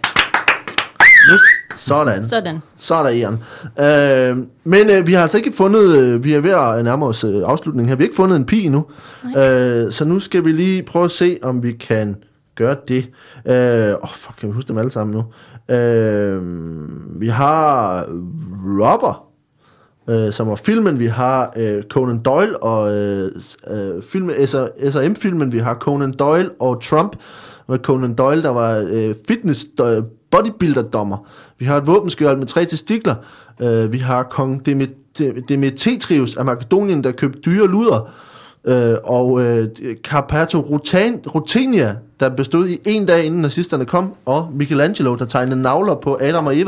Sådan. Så er der eren. Men vi har altså ikke fundet, vi er ved at nærme os afslutningen her, vi har ikke fundet en pi endnu. Så nu skal vi lige prøve at se, om vi kan gøre det. Kan vi huske dem alle sammen nu? Vi har Robber, som var filmen. Vi har Conan Doyle og filmen, SRM-filmen. Vi har Conan Doyle og Trump. Med Conan Doyle, der var fitness bodybuilder-dommer. Vi har et våbenskjold med 3 testikler. Vi har kong Demetrius af Makedonien, der købte dyre luder. Og Carpato Rutenia, der bestod i 1 dag inden nazisterne kom. Og Michelangelo, der tegnede navler på Adam og Eva.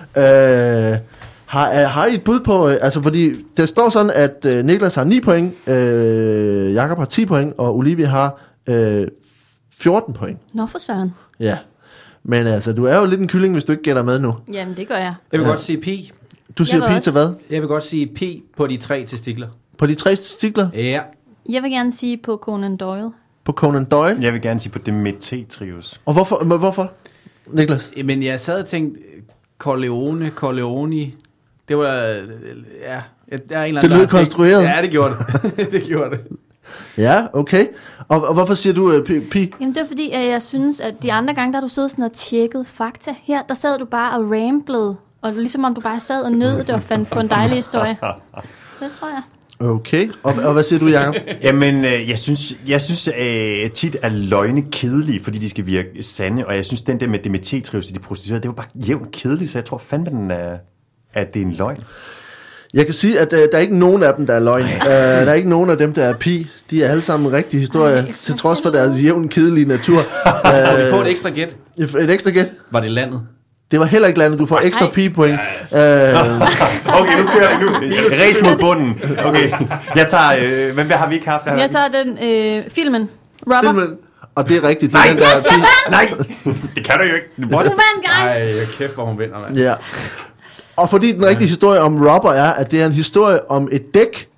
Har I et bud på, fordi der står sådan, at Niklas har 9 point, Jakob har 10 point, og Olivia har 14 point. Nå for søren. Ja, men altså, du er jo lidt en kylling, hvis du ikke gætter med nu. Jamen, det gør jeg. Jeg vil godt sige pi. Du siger pi til hvad? Jeg vil godt sige pi på de 3 testikler. På de 3 testikler? Ja. Jeg vil gerne sige på Conan Doyle. På Conan Doyle? Jeg vil gerne sige på Demetrius. Og hvorfor? Niklas? Men jeg sad og tænkte, Corleone. Det var, ja, der er en eller anden, det lød konstrueret. Ja, det gjorde det. Det gjorde det. Ja, okay. Og hvorfor siger du pi? Jamen det er fordi, at jeg synes, at de andre gange, der du siddet sådan og tjekket fakta, her, der sad du bare og ramblede, og ligesom om du bare sad og nød det og fandt på en dejlig historie. Det tror jeg. Okay, og hvad siger du, Jacob? Jamen, jeg synes tit er løgne kedelige, fordi de skal virke sande, og jeg synes, den der med Demetrius og de prostituerede, det var bare jævnt kedeligt, så jeg tror fandme, at det er en løgn. Jeg kan sige, at der er ikke nogen af dem, der er løgn. Der er ikke nogen af dem, der er pi. De er alle sammen rigtige historier, til trods for deres jævnt kedelige natur. Kan vi få et ekstra gæt? Et ekstra gæt? Var det landet? Det var heller ikke landet. Du får ekstra pi-point. Okay, nu kører vi nu. Ræs mod bunden. Okay, jeg tager... hvad har vi ikke haft? Jeg tager den filmen. Robber. Filmen. Og det er rigtigt. Nej, det er den, nej, det kan du jo ikke. Du vandt, guy. Ej, kæft, hvor hun vinder, mand. Ja. Og fordi den rigtige historie om Robber er, at det er en historie om et dæk,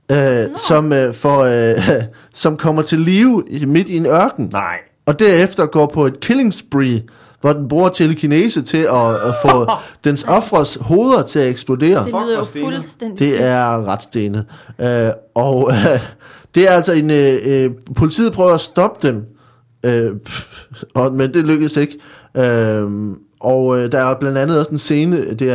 som kommer til live midt i en ørken. Nej. Og derefter går på et killing spree, hvor den bruger telekinese til at få dens ofres hoveder til at eksplodere. Det lyder jo fuldstændig. Det er ret stenet. Det er altså politiet prøver at stoppe dem, men det lykkedes ikke. Og der er blandt andet også en scene, det er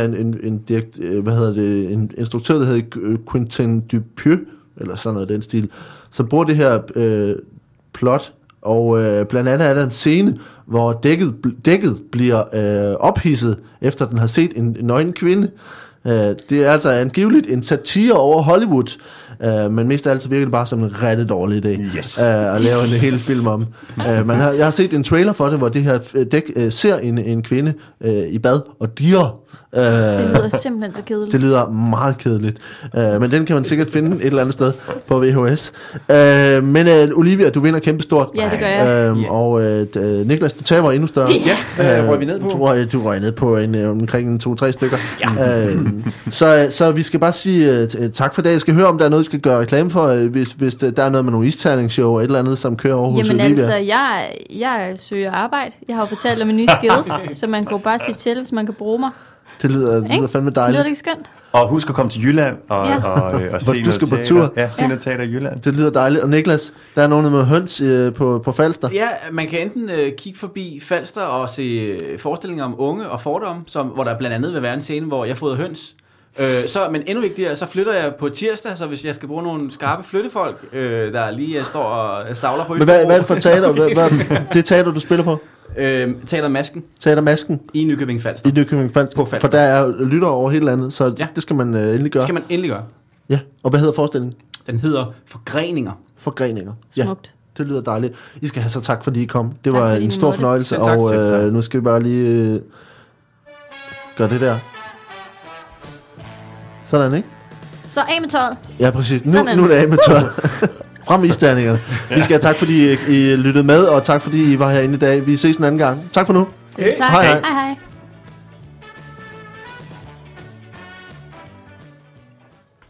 en instruktør, der hedder Quentin Dupieux, eller sådan noget den stil, som bruger det her plot, og blandt andet er der en scene, hvor dækket bliver ophidset, efter den har set en nøgen kvinde. Det er altså angiveligt en satire over Hollywood, men mest af alt så virker det bare som en rigtig dårlig idé at lave en hel film om. Jeg har set en trailer for det, hvor det her dæk ser en kvinde i bad og dirrer. Det lyder simpelthen så kedeligt. Det lyder meget kedeligt. Men den kan man sikkert finde et eller andet sted på VHS. Men Olivia, du vinder kæmpestort. Ja, det gør jeg. Og Niklas, du taber endnu større. Ja, røg vi ned på? Du røg ned på omkring 2-3 stykker. Ja. Så vi skal bare sige tak for i dag. Jeg skal høre, om der er noget, du skal gøre reklame for, hvis der er noget med nogle isterningsshow og et eller andet, som kører over hos Olivia. Jamen altså, jeg søger arbejde. Jeg har jo fortalt om mine nye skills, så man kan bare sige til, hvis man kan bruge mig. Det lyder fandme dejligt. Det lyder ikke skønt. Og husk at komme til Jylland og se noget skal teater. på tur. Ja, se noget teater i Jylland. Det lyder dejligt. Og Niklas, der er nogen med høns på Falster. Ja, man kan enten kigge forbi Falster og se forestillinger om unge og fordomme, hvor der blandt andet vil være en scene, hvor jeg fodrer høns. Men endnu vigtigere, så flytter jeg på tirsdag, så hvis jeg skal bruge nogle skarpe flyttefolk, der lige står og savler på. Men hvad er det for teater? Det teater, du spiller på? Teater Masken. Teater Masken? I Nykøbing Falster. I Nykøbing Falster. På Falster. For der er lyttere over hele landet, så det skal man endelig gøre. Det skal man endelig gøre. Ja, og hvad hedder forestillingen? Den hedder Forgreninger. Forgreninger. Smukt. Ja, det lyder dejligt. I skal have så tak, fordi I kom. Det var en stor fornøjelse, tak, og nu skal vi bare lige gøre det der. Sådan, ikke? Så af med tøjet. Ja, præcis. Nu er det af med tøjet. Frem i isterningerne. Vi skal have tak, fordi I lyttede med, og tak, fordi I var herinde i dag. Vi ses en anden gang. Tak for nu. Tak. Hej.